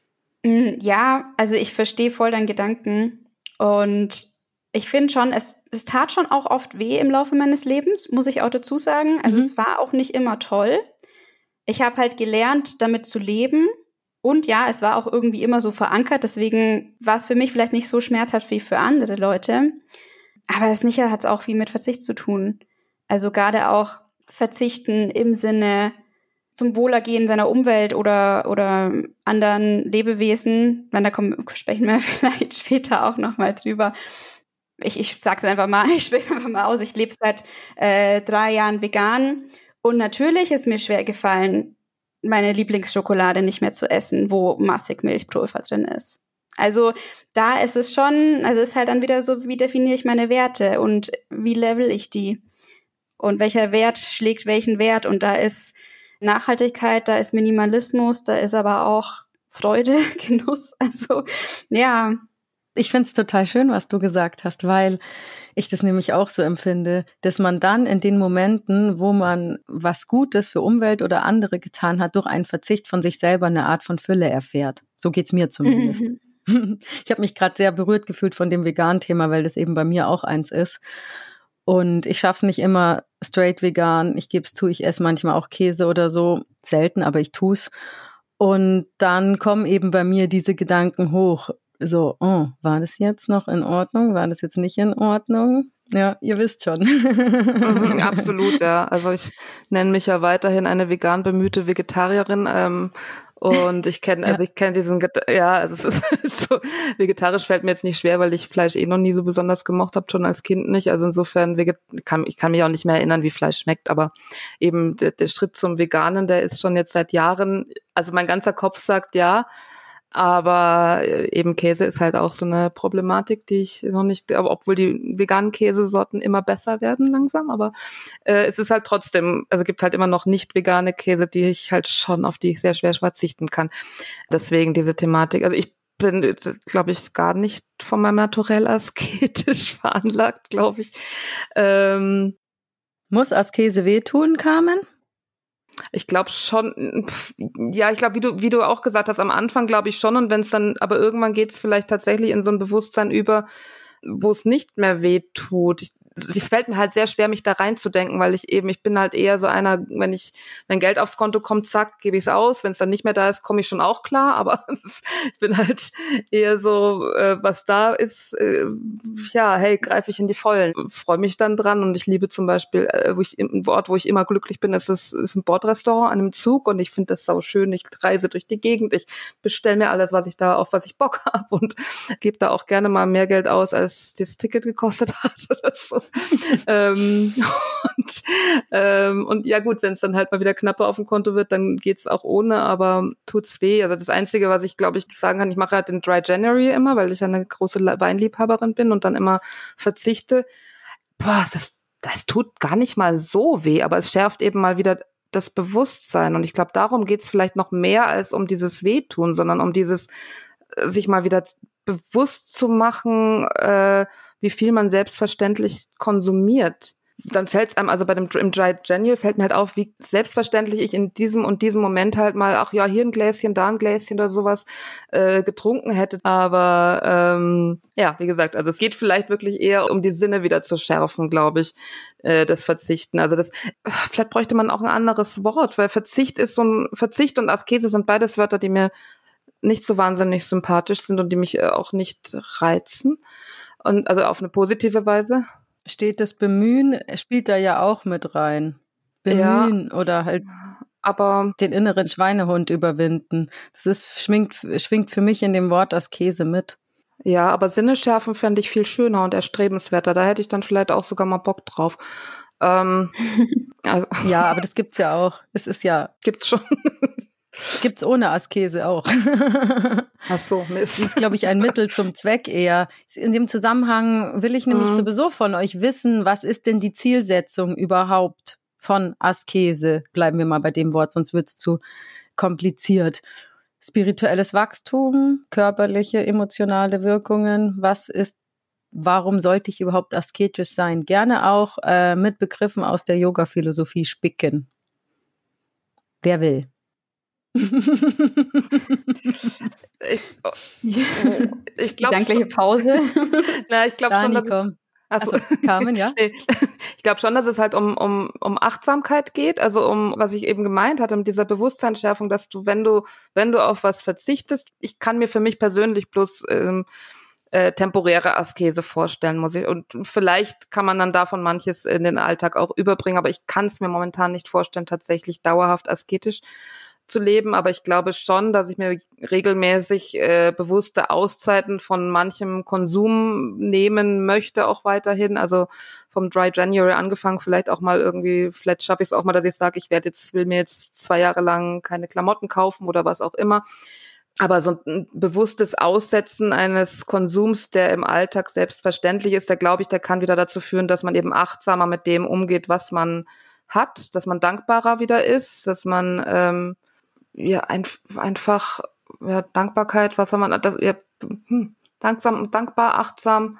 Ja, also ich verstehe voll deinen Gedanken und ich finde schon, es, es tat schon auch oft weh im Laufe meines Lebens, muss ich auch dazu sagen. Also mhm. es war auch nicht immer toll. Ich habe halt gelernt, damit zu leben. Und ja, es war auch irgendwie immer so verankert. Deswegen war es für mich vielleicht nicht so schmerzhaft wie für andere Leute. Aber sicher hat es auch viel mit Verzicht zu tun. Also gerade auch Verzichten im Sinne zum Wohlergehen seiner Umwelt oder, oder anderen Lebewesen. Da kommen, sprechen wir vielleicht später auch nochmal drüber. Ich, ich sag's einfach mal, ich spreche es einfach mal aus. Ich lebe seit äh, drei Jahren vegan. Und natürlich ist mir schwer gefallen, meine Lieblingsschokolade nicht mehr zu essen, wo massig Milchpulver drin ist. Also da ist es schon, also es ist halt dann wieder so, wie definiere ich meine Werte und wie level ich die? Und welcher Wert schlägt welchen Wert? Und da ist Nachhaltigkeit, da ist Minimalismus, da ist aber auch Freude, Genuss. Also ja. Ich finde es total schön, was du gesagt hast, weil ich das nämlich auch so empfinde, dass man dann in den Momenten, wo man was Gutes für Umwelt oder andere getan hat, durch einen Verzicht von sich selber eine Art von Fülle erfährt. So geht's mir zumindest. Mhm. Ich habe mich gerade sehr berührt gefühlt von dem Vegan-Thema, weil das eben bei mir auch eins ist. Und ich schaff's nicht immer straight vegan. Ich gebe es zu, ich esse manchmal auch Käse oder so. Selten, aber ich tu's. Und dann kommen eben bei mir diese Gedanken hoch. So, oh, war das jetzt noch in Ordnung? War das jetzt nicht in Ordnung? Ja, ihr wisst schon. Mhm, absolut, ja. Also ich nenne mich ja weiterhin eine vegan bemühte Vegetarierin. Ähm, und ich kenne, also ich kenne diesen, ja, also es ist so, vegetarisch fällt mir jetzt nicht schwer, weil ich Fleisch eh noch nie so besonders gemocht habe, schon als Kind nicht. Also insofern, veget- kann, ich kann mich auch nicht mehr erinnern, wie Fleisch schmeckt, aber eben der, der Schritt zum Veganen, der ist schon jetzt seit Jahren, also mein ganzer Kopf sagt ja, aber eben Käse ist halt auch so eine Problematik, die ich noch nicht, aber obwohl die veganen Käsesorten immer besser werden langsam, aber äh, es ist halt trotzdem, also gibt halt immer noch nicht vegane Käse, die ich halt schon, auf die ich sehr schwer verzichten kann. Deswegen diese Thematik. Also ich bin, glaube ich, gar nicht von meinem Naturell asketisch veranlagt, glaube ich. Ähm, Muss Askese wehtun, Carmen? Ich glaube schon, ja, ich glaube, wie du wie du auch gesagt hast, am Anfang glaube ich schon, und wenn es dann, aber irgendwann geht es vielleicht tatsächlich in so ein Bewusstsein über, wo es nicht mehr weh tut. Ich, es fällt mir halt sehr schwer, mich da reinzudenken, weil ich eben, ich bin halt eher so einer, wenn ich, wenn Geld aufs Konto kommt, zack, gebe ich es aus. Wenn es dann nicht mehr da ist, komme ich schon auch klar, aber ich bin halt eher so, äh, was da ist, äh, ja, hey, greife ich in die Vollen. Freue mich dann dran, und ich liebe zum Beispiel, äh, wo ich im Ort, wo ich immer glücklich bin, ist es ist ein Bordrestaurant an einem Zug, und ich finde das sau schön. Ich reise durch die Gegend, ich bestelle mir alles, was ich da, auf was ich Bock habe, und gebe da auch gerne mal mehr Geld aus, als das Ticket gekostet hat oder so. ähm, und, ähm, und ja gut, wenn es dann halt mal wieder knapper auf dem Konto wird, dann geht's auch ohne, aber tut's weh. Also das Einzige, was ich glaube ich sagen kann, ich mache halt den Dry January immer, weil ich ja eine große Weinliebhaberin bin und dann immer verzichte. Boah, das, das tut gar nicht mal so weh, aber es schärft eben mal wieder das Bewusstsein, und ich glaube, darum geht's vielleicht noch mehr als um dieses Wehtun, sondern um dieses sich mal wieder bewusst zu machen, äh, wie viel man selbstverständlich konsumiert. Dann fällt es einem, also bei dem im Dry January fällt mir halt auf, wie selbstverständlich ich in diesem und diesem Moment halt mal, ach ja, hier ein Gläschen, da ein Gläschen oder sowas äh, getrunken hätte. Aber ähm, ja, wie gesagt, also es geht vielleicht wirklich eher um die Sinne wieder zu schärfen, glaube ich, äh, das Verzichten. Also das, vielleicht bräuchte man auch ein anderes Wort, weil Verzicht ist so ein, Verzicht und Askese sind beides Wörter, die mir nicht so wahnsinnig sympathisch sind und die mich auch nicht reizen. Und also auf eine positive Weise. Steht das Bemühen, spielt da ja auch mit rein. Bemühen ja, oder halt aber den inneren Schweinehund überwinden. Das ist, schwingt, schwingt für mich in dem Wort Askese mit. Ja, aber Sinne schärfen fände ich viel schöner und erstrebenswerter. Da hätte ich dann vielleicht auch sogar mal Bock drauf. Ähm, also. Ja, aber das gibt's ja auch. Es ist ja. Gibt's schon. Gibt's ohne Askese auch. Ach so, Mist. Das ist, glaube ich, ein Mittel zum Zweck eher. In dem Zusammenhang will ich nämlich mhm. sowieso von euch wissen, was ist denn die Zielsetzung überhaupt von Askese? Bleiben wir mal bei dem Wort, sonst wird's zu kompliziert. spirituelles Wachstum, körperliche, emotionale Wirkungen. Was ist, warum sollte ich überhaupt asketisch sein? Gerne auch äh, mit Begriffen aus der Yoga-Philosophie spicken. Wer will? ich oh, ich glaube Gedankliche Pause. Na, ich glaube schon, dass es, also, Carmen, ja? nee, ich glaube schon, dass es halt um, um, um Achtsamkeit geht, also um, was ich eben gemeint hatte, mit dieser Bewusstseinsschärfung, dass du, wenn du, wenn du auf was verzichtest, ich kann mir für mich persönlich bloß ähm, äh, temporäre Askese vorstellen, muss ich. Und vielleicht kann man dann davon manches in den Alltag auch überbringen, aber ich kann es mir momentan nicht vorstellen, tatsächlich dauerhaft asketisch zu leben, aber ich glaube schon, dass ich mir regelmäßig äh, bewusste Auszeiten von manchem Konsum nehmen möchte, auch weiterhin. Also vom Dry January angefangen, vielleicht auch mal irgendwie, vielleicht schaffe ich es auch mal, dass ich sage, ich werde jetzt, will mir jetzt zwei Jahre lang keine Klamotten kaufen oder was auch immer. Aber so ein bewusstes Aussetzen eines Konsums, der im Alltag selbstverständlich ist, der glaube ich, der kann wieder dazu führen, dass man eben achtsamer mit dem umgeht, was man hat, dass man dankbarer wieder ist, dass man ähm, ja ein, einfach ja, Dankbarkeit, was soll man, das, ja, hm, danksam, dankbar, achtsam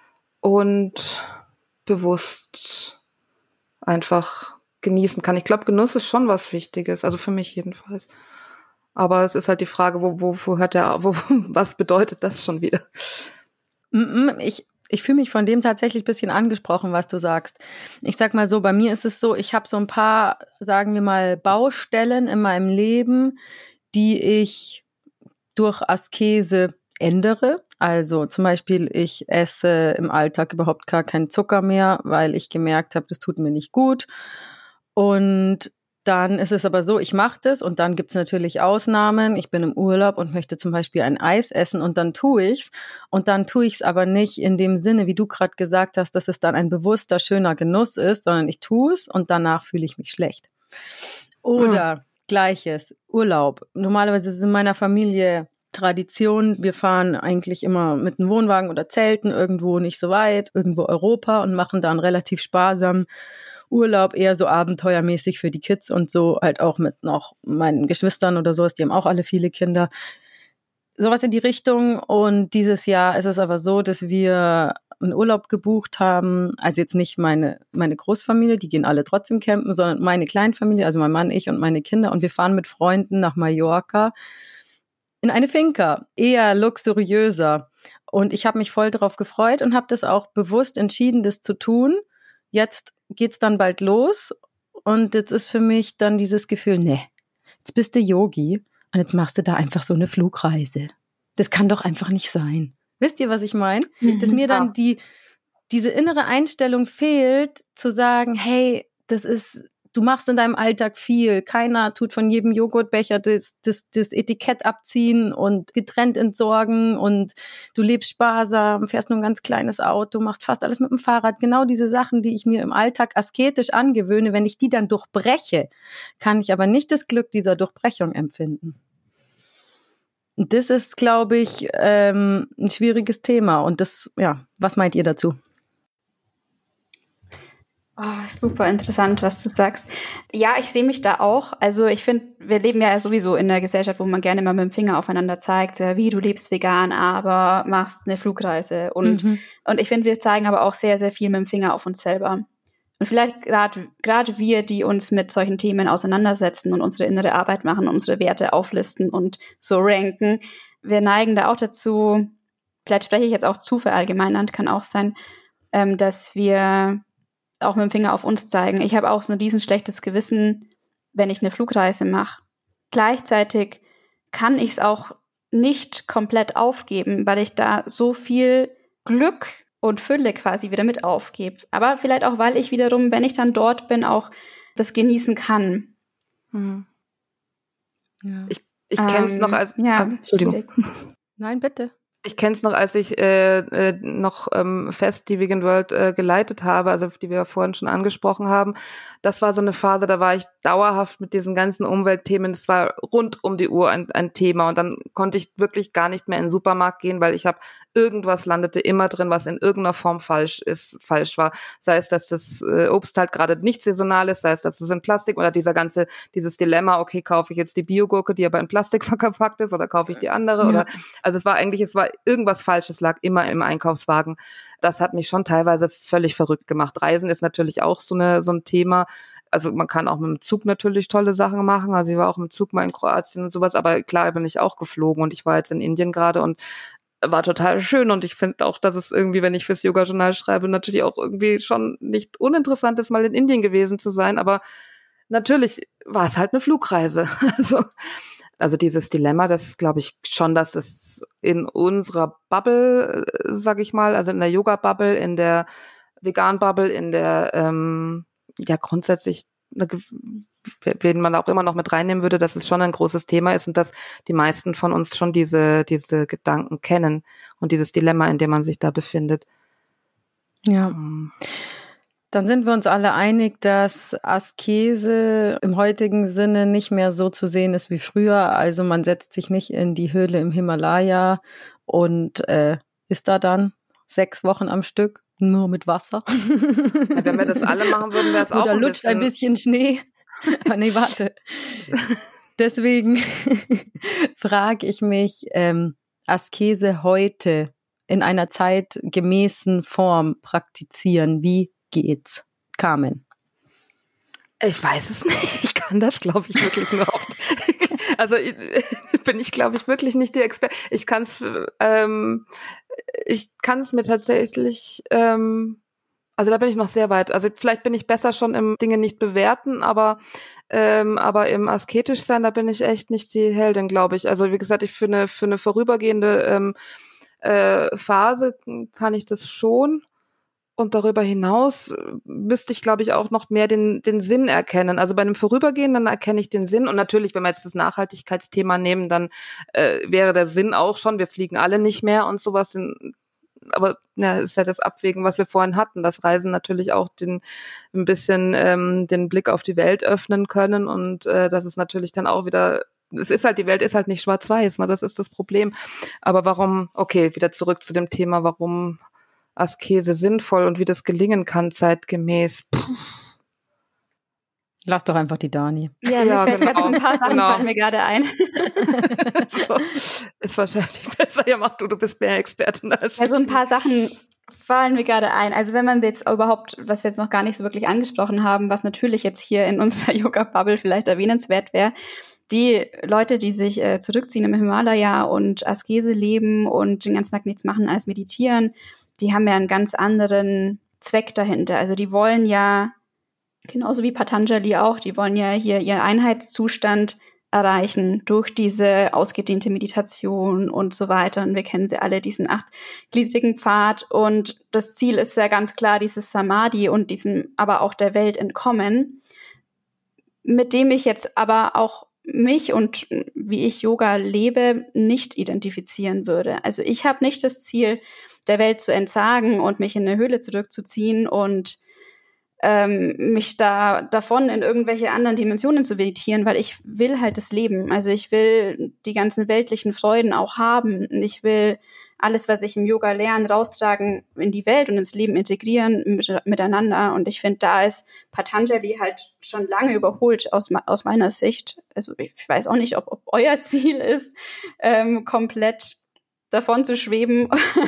und bewusst einfach genießen kann. Ich glaube, Genuss ist schon was Wichtiges, also für mich jedenfalls. Aber es ist halt die Frage, wo, wo, wo hört der, wo, was bedeutet das schon wieder? Ich, ich fühle mich von dem tatsächlich ein bisschen angesprochen, was du sagst. Ich sag mal so, bei mir ist es so, ich habe so ein paar, sagen wir mal, Baustellen in meinem Leben, die ich durch Askese ändere. Also zum Beispiel, ich esse im Alltag überhaupt gar keinen Zucker mehr, weil ich gemerkt habe, das tut mir nicht gut. Und dann ist es aber so, ich mache das und dann gibt es natürlich Ausnahmen. Ich bin im Urlaub und möchte zum Beispiel ein Eis essen und dann tue ich's. Und dann tue ich's aber nicht in dem Sinne, wie du gerade gesagt hast, dass es dann ein bewusster, schöner Genuss ist, sondern ich tue es und danach fühle ich mich schlecht. Oder mhm. Gleiches, Urlaub. Normalerweise ist es in meiner Familie Tradition. Wir fahren eigentlich immer mit einem Wohnwagen oder Zelten irgendwo nicht so weit, irgendwo Europa und machen dann relativ sparsam Urlaub, eher so abenteuermäßig für die Kids und so halt auch mit noch meinen Geschwistern oder sowas, die haben auch alle viele Kinder. Sowas in die Richtung. Und dieses Jahr ist es aber so, dass wir einen Urlaub gebucht haben, also jetzt nicht meine, meine Großfamilie, die gehen alle trotzdem campen, sondern meine Kleinfamilie, also mein Mann, ich und meine Kinder und wir fahren mit Freunden nach Mallorca in eine Finca, eher luxuriöser. Und ich habe mich voll darauf gefreut und habe das auch bewusst entschieden, das zu tun. Jetzt geht's dann bald los und jetzt ist für mich dann dieses Gefühl, nee, jetzt bist du Yogi und jetzt machst du da einfach so eine Flugreise. Das kann doch einfach nicht sein. Wisst ihr, was ich meine? Mhm, Dass mir dann die diese innere Einstellung fehlt, zu sagen, hey, das ist, du machst in deinem Alltag viel. Keiner tut von jedem Joghurtbecher das, das, das Etikett abziehen und getrennt entsorgen und du lebst sparsam, fährst nur ein ganz kleines Auto, machst fast alles mit dem Fahrrad. Genau diese Sachen, die ich mir im Alltag asketisch angewöhne, wenn ich die dann durchbreche, kann ich aber nicht das Glück dieser Durchbrechung empfinden. Und das ist, glaube ich, ähm, ein schwieriges Thema. Und das, ja, was meint ihr dazu? Oh, super interessant, was du sagst. Ja, ich sehe mich da auch. Also ich finde, wir leben ja sowieso in einer Gesellschaft, wo man gerne mal mit dem Finger aufeinander zeigt, ja, wie du lebst vegan, aber machst eine Flugreise. Und, mhm. und ich finde, wir zeigen aber auch sehr, sehr viel mit dem Finger auf uns selber. Und vielleicht gerade gerade wir, die uns mit solchen Themen auseinandersetzen und unsere innere Arbeit machen, unsere Werte auflisten und so ranken, wir neigen da auch dazu, vielleicht spreche ich jetzt auch zu verallgemeinernd, kann auch sein, ähm, dass wir auch mit dem Finger auf uns zeigen. Ich habe auch so ein riesen schlechtes Gewissen, wenn ich eine Flugreise mache. Gleichzeitig kann ich es auch nicht komplett aufgeben, weil ich da so viel Glück und Fülle quasi wieder mit aufgebe. Aber vielleicht auch, weil ich wiederum, wenn ich dann dort bin, auch das genießen kann. Hm. Ja. Ich, ich kenne es ähm, noch als... Ja, als Entschuldigung. Nein, bitte. Ich kenne es noch, als ich äh, äh, noch ähm, fest die Vegan World äh, geleitet habe, also die wir ja vorhin schon angesprochen haben. Das war so eine Phase, da war ich dauerhaft mit diesen ganzen Umweltthemen. Das war rund um die Uhr ein, ein Thema. Und dann konnte ich wirklich gar nicht mehr in den Supermarkt gehen, weil ich habe irgendwas landete immer drin, was in irgendeiner Form falsch ist, falsch war. Sei es, dass das äh, Obst halt gerade nicht saisonal ist, sei es, dass es in Plastik oder dieser ganze, dieses Dilemma, okay, kaufe ich jetzt die Biogurke, die aber in Plastik verpackt ist, oder kaufe ich die andere? Ja. Oder also es war eigentlich, es war irgendwas Falsches lag immer im Einkaufswagen. Das hat mich schon teilweise völlig verrückt gemacht. Reisen ist natürlich auch so eine so ein Thema. Also man kann auch mit dem Zug natürlich tolle Sachen machen. Also ich war auch im Zug mal in Kroatien und sowas, aber klar bin ich auch geflogen und ich war jetzt in Indien gerade und war total schön und ich finde auch, dass es irgendwie, wenn ich fürs Yoga-Journal schreibe, natürlich auch irgendwie schon nicht uninteressant ist, mal in Indien gewesen zu sein, aber natürlich war es halt eine Flugreise. Also Also dieses Dilemma, das glaube ich schon, dass es in unserer Bubble, sag ich mal, also in der Yoga-Bubble, in der Vegan-Bubble, in der, ähm, ja grundsätzlich, wen man auch immer noch mit reinnehmen würde, dass es schon ein großes Thema ist und dass die meisten von uns schon diese diese Gedanken kennen und dieses Dilemma, in dem man sich da befindet. Ja. Um. Dann sind wir uns alle einig, dass Askese im heutigen Sinne nicht mehr so zu sehen ist wie früher. Also man setzt sich nicht in die Höhle im Himalaya und äh, ist da dann sechs Wochen am Stück nur mit Wasser. Ja, wenn wir das alle machen würden, wäre es auch Oder ein lutscht bisschen... ein bisschen Schnee. Oh, nee, warte. Deswegen frage ich mich, ähm, Askese heute in einer zeitgemäßen Form praktizieren, wie geht's? Carmen. Ich weiß es nicht. Ich kann das, glaube ich, wirklich nur auch. Also bin ich, glaube ich, wirklich nicht die Expertin. Ich kann es, ähm, ich kann es mir tatsächlich, ähm, also da bin ich noch sehr weit. Also vielleicht bin ich besser schon im Dinge nicht bewerten, aber ähm, aber im asketisch sein, da bin ich echt nicht die Heldin, glaube ich. Also wie gesagt, ich für eine für eine vorübergehende ähm, äh, Phase kann ich das schon. Und darüber hinaus müsste ich, glaube ich, auch noch mehr den den Sinn erkennen. Also bei einem Vorübergehenden erkenne ich den Sinn. Und natürlich, wenn wir jetzt das Nachhaltigkeitsthema nehmen, dann äh, wäre der Sinn auch schon, wir fliegen alle nicht mehr und sowas. In, aber ja, ist ja das Abwägen, was wir vorhin hatten. Das Reisen natürlich auch den ein bisschen ähm, den Blick auf die Welt öffnen können. Und äh, das ist natürlich dann auch wieder... Es ist halt, die Welt ist halt nicht schwarz-weiß, ne? Das ist das Problem. Aber warum, okay, wieder zurück zu dem Thema, warum Askese sinnvoll und wie das gelingen kann zeitgemäß. Puh. Lass doch einfach die Dani. Ja, ja mir genau. Ein paar Sachen genau. fallen mir gerade ein. So, ist wahrscheinlich besser. Ja, mach du, du bist mehr Expertin als ich. Also ein paar Sachen fallen mir gerade ein. Also wenn man jetzt überhaupt, was wir jetzt noch gar nicht so wirklich angesprochen haben, was natürlich jetzt hier in unserer Yoga-Bubble vielleicht erwähnenswert wäre, die Leute, die sich äh, zurückziehen im Himalaya und Askese leben und den ganzen Tag nichts machen als meditieren, die haben ja einen ganz anderen Zweck dahinter. Also die wollen ja, genauso wie Patanjali auch, die wollen ja hier ihren Einheitszustand erreichen durch diese ausgedehnte Meditation und so weiter. Und wir kennen sie alle, diesen achtgliedrigen Pfad. Und das Ziel ist ja ganz klar dieses Samadhi und diesem aber auch der Welt entkommen, mit dem ich jetzt aber auch mich und wie ich Yoga lebe, nicht identifizieren würde. Also ich habe nicht das Ziel, der Welt zu entsagen und mich in eine Höhle zurückzuziehen und ähm, mich da davon in irgendwelche anderen Dimensionen zu vegetieren, weil ich will halt das Leben. Also ich will die ganzen weltlichen Freuden auch haben und ich will alles, was ich im Yoga lerne, raustragen in die Welt und ins Leben integrieren mit, miteinander. Und ich finde, da ist Patanjali halt schon lange überholt aus, aus meiner Sicht. Also ich weiß auch nicht, ob, ob euer Ziel ist, ähm, komplett davon zu schweben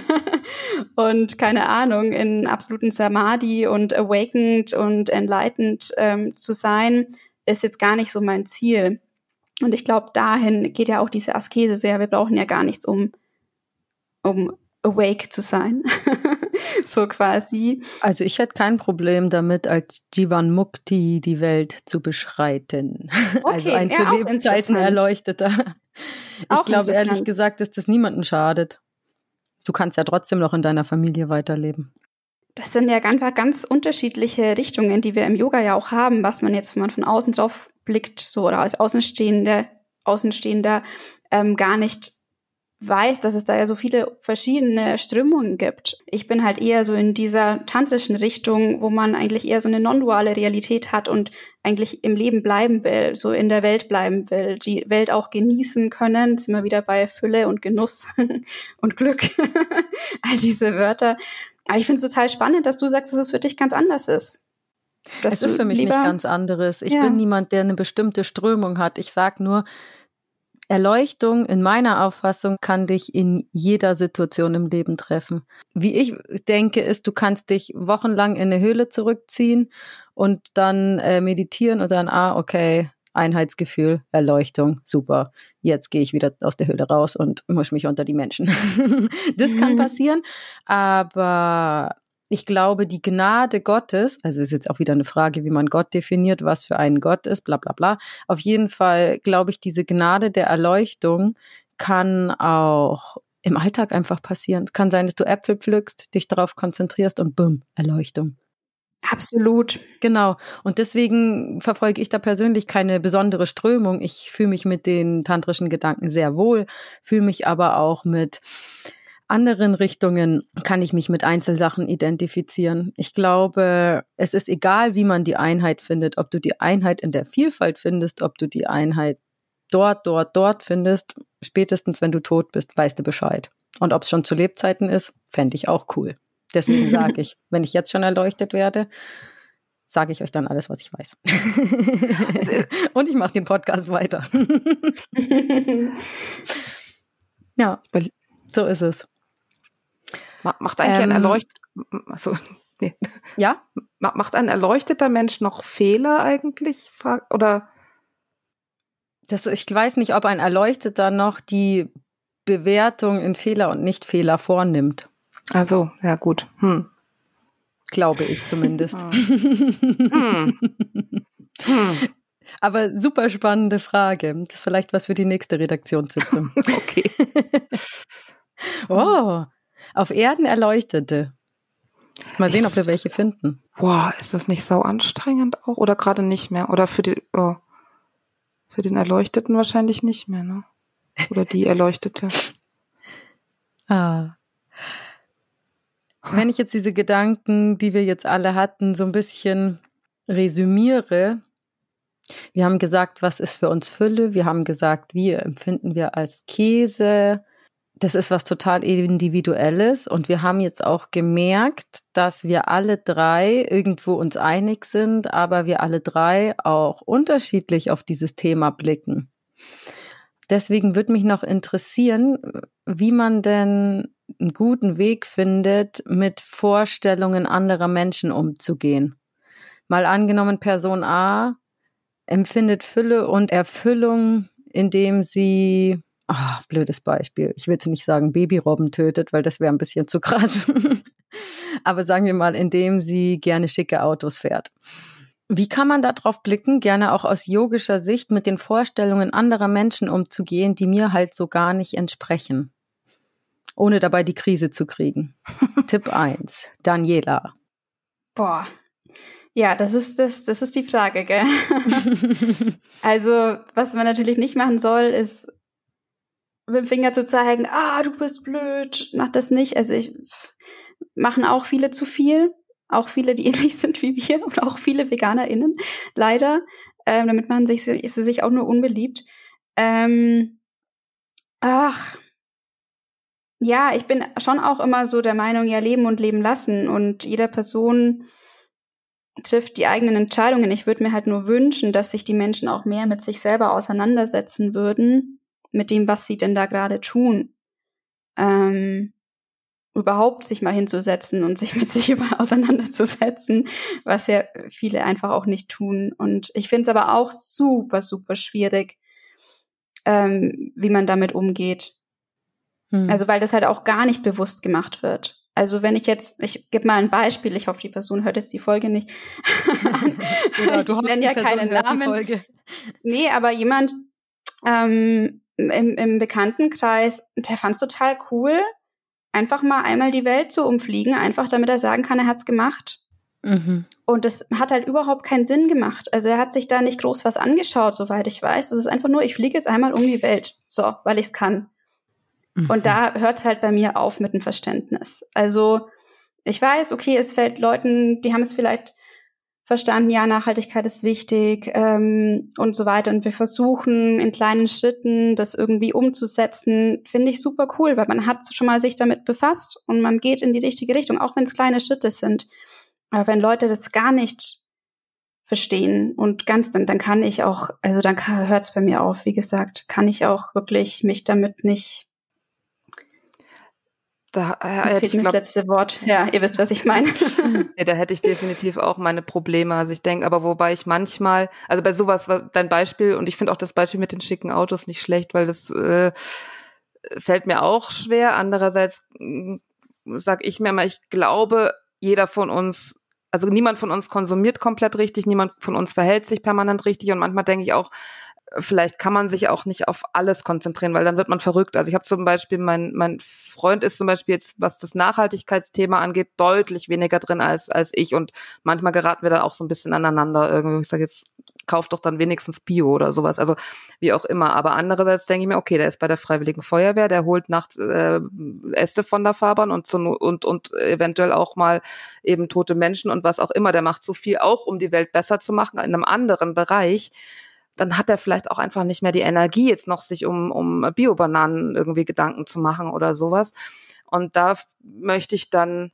und keine Ahnung, in absoluten Samadhi und awakened und enlightened ähm, zu sein, ist jetzt gar nicht so mein Ziel. Und ich glaube, dahin geht ja auch diese Askese so, ja, wir brauchen ja gar nichts, um um awake zu sein, so quasi. Also ich hätte kein Problem damit, als Jivan Mukti die Welt zu beschreiten. Okay, also ein ja, zu Lebzeiten Erleuchteter. Ich glaube ehrlich gesagt, dass das niemandem schadet. Du kannst ja trotzdem noch in deiner Familie weiterleben. Das sind ja einfach ganz unterschiedliche Richtungen, die wir im Yoga ja auch haben, was man jetzt, wenn man von außen drauf blickt, so oder als Außenstehender, Außenstehender ähm, gar nicht weiß, dass es da ja so viele verschiedene Strömungen gibt. Ich bin halt eher so in dieser tantrischen Richtung, wo man eigentlich eher so eine non-duale Realität hat und eigentlich im Leben bleiben will, so in der Welt bleiben will, die Welt auch genießen können. Sind wir wieder bei Fülle und Genuss und Glück, all diese Wörter. Aber ich finde es total spannend, dass du sagst, dass es für dich ganz anders ist. Es ist für mich nicht ganz anderes. Ich ja. bin niemand, der eine bestimmte Strömung hat. Ich sage nur, Erleuchtung in meiner Auffassung kann dich in jeder Situation im Leben treffen. Wie ich denke, ist, du kannst dich wochenlang in eine Höhle zurückziehen und dann äh, meditieren und dann, ah, okay, Einheitsgefühl, Erleuchtung, super. Jetzt gehe ich wieder aus der Höhle raus und mische mich unter die Menschen. Das mhm. kann passieren, aber ich glaube, die Gnade Gottes, also ist jetzt auch wieder eine Frage, wie man Gott definiert, was für ein Gott ist, bla bla bla. Auf jeden Fall glaube ich, diese Gnade der Erleuchtung kann auch im Alltag einfach passieren. Es kann sein, dass du Äpfel pflückst, dich darauf konzentrierst und bumm, Erleuchtung. Absolut. Genau. Und deswegen verfolge ich da persönlich keine besondere Strömung. Ich fühle mich mit den tantrischen Gedanken sehr wohl, fühle mich aber auch mit anderen Richtungen, kann ich mich mit Einzelsachen identifizieren. Ich glaube, es ist egal, wie man die Einheit findet, ob du die Einheit in der Vielfalt findest, ob du die Einheit dort, dort, dort findest. Spätestens, wenn du tot bist, weißt du Bescheid. Und ob es schon zu Lebzeiten ist, fände ich auch cool. Deswegen sage ich, wenn ich jetzt schon erleuchtet werde, sage ich euch dann alles, was ich weiß. Und ich mache den Podcast weiter. Ja, so ist es. Macht eigentlich ähm, ein Erleuchteter, also, nee. Ja? Macht ein erleuchteter Mensch noch Fehler eigentlich? Oder? Das, ich weiß nicht, ob ein Erleuchteter noch die Bewertung in Fehler und Nichtfehler vornimmt. Also, ja gut. Hm. Glaube ich zumindest. Hm. Hm. Aber super spannende Frage. Das ist vielleicht was für die nächste Redaktionssitzung. Okay. Oh, auf Erden Erleuchtete. Mal sehen, ich, ob wir welche finden. Boah, ist das nicht sau anstrengend auch? Oder gerade nicht mehr? Oder für die, oh, für den Erleuchteten wahrscheinlich nicht mehr, ne? Oder die Erleuchtete. Ah. Wenn ich jetzt diese Gedanken, die wir jetzt alle hatten, so ein bisschen resümiere. Wir haben gesagt, was ist für uns Fülle? Wir haben gesagt, wie empfinden wir als Käse? Das ist was total Individuelles und wir haben jetzt auch gemerkt, dass wir alle drei irgendwo uns einig sind, aber wir alle drei auch unterschiedlich auf dieses Thema blicken. Deswegen würde mich noch interessieren, wie man denn einen guten Weg findet, mit Vorstellungen anderer Menschen umzugehen. Mal angenommen, Person A empfindet Fülle und Erfüllung, indem sie, ah, oh, blödes Beispiel, ich will jetzt nicht sagen Babyrobben tötet, weil das wäre ein bisschen zu krass, aber sagen wir mal, indem sie gerne schicke Autos fährt. Wie kann man da drauf blicken, gerne auch aus yogischer Sicht, mit den Vorstellungen anderer Menschen umzugehen, die mir halt so gar nicht entsprechen, ohne dabei die Krise zu kriegen? Tipp eins, Daniela. Boah. Ja, das ist das, das ist die Frage, gell? Also, was man natürlich nicht machen soll, ist mit dem Finger zu zeigen, ah, du bist blöd, mach das nicht. Also, ich, machen auch viele zu viel, auch viele, die ähnlich sind wie wir und auch viele VeganerInnen, leider. Ähm, damit man sich, ist sie sich auch nur unbeliebt. Ähm, ach, ja, ich bin schon auch immer so der Meinung, ja, leben und leben lassen und jeder Person trifft die eigenen Entscheidungen. Ich würde mir halt nur wünschen, dass sich die Menschen auch mehr mit sich selber auseinandersetzen würden, mit dem, was sie denn da gerade tun. Ähm, überhaupt sich mal hinzusetzen und sich mit sich auseinanderzusetzen, was ja viele einfach auch nicht tun. Und ich finde es aber auch super, super schwierig, ähm, wie man damit umgeht. Hm. Also weil das halt auch gar nicht bewusst gemacht wird. Also wenn ich jetzt, ich gebe mal ein Beispiel, ich hoffe, die Person hört jetzt die Folge nicht. Oder du ich nenne ja keinen Namen. Nee, aber jemand ähm, im, im Bekanntenkreis, der fand es total cool, einfach mal einmal die Welt zu umfliegen, einfach damit er sagen kann, er hat's gemacht. Mhm. Und das hat halt überhaupt keinen Sinn gemacht. Also er hat sich da nicht groß was angeschaut, soweit ich weiß. Es ist einfach nur, ich fliege jetzt einmal um die Welt, so, weil ich es kann. Mhm. Und da hört es halt bei mir auf mit dem Verständnis. Also ich weiß, okay, es fällt Leuten, die haben es vielleicht verstanden, ja, Nachhaltigkeit ist wichtig ähm, und so weiter. Und wir versuchen in kleinen Schritten das irgendwie umzusetzen. Finde ich super cool, weil man hat schon mal sich damit befasst und man geht in die richtige Richtung, auch wenn es kleine Schritte sind. Aber wenn Leute das gar nicht verstehen und ganz, dann, dann kann ich auch, also dann hört es bei mir auf, wie gesagt, kann ich auch wirklich mich damit nicht. Da äh, Jetzt fehlt mir das letzte Wort. Ja, ihr wisst, was ich meine. Nee, da hätte ich definitiv auch meine Probleme. Also ich denke, aber wobei ich manchmal, also bei sowas, dein Beispiel, und ich finde auch das Beispiel mit den schicken Autos nicht schlecht, weil das äh, fällt mir auch schwer. Andererseits äh, sag ich mir mal, ich glaube, jeder von uns, also niemand von uns konsumiert komplett richtig, niemand von uns verhält sich permanent richtig und manchmal denke ich auch, vielleicht kann man sich auch nicht auf alles konzentrieren, weil dann wird man verrückt. Also ich habe zum Beispiel, mein mein Freund ist zum Beispiel jetzt, was das Nachhaltigkeitsthema angeht, deutlich weniger drin als als ich und manchmal geraten wir dann auch so ein bisschen aneinander. Irgendwie, ich sage jetzt, kauf doch dann wenigstens Bio oder sowas, also wie auch immer. Aber andererseits denke ich mir, okay, der ist bei der Freiwilligen Feuerwehr, der holt nachts äh, Äste von der Fahrbahn und, zu, und, und eventuell auch mal eben tote Menschen und was auch immer. Der macht so viel auch, um die Welt besser zu machen, in einem anderen Bereich. Dann hat er vielleicht auch einfach nicht mehr die Energie, jetzt noch sich um, um Bio-Bananen irgendwie Gedanken zu machen oder sowas. Und da möchte ich dann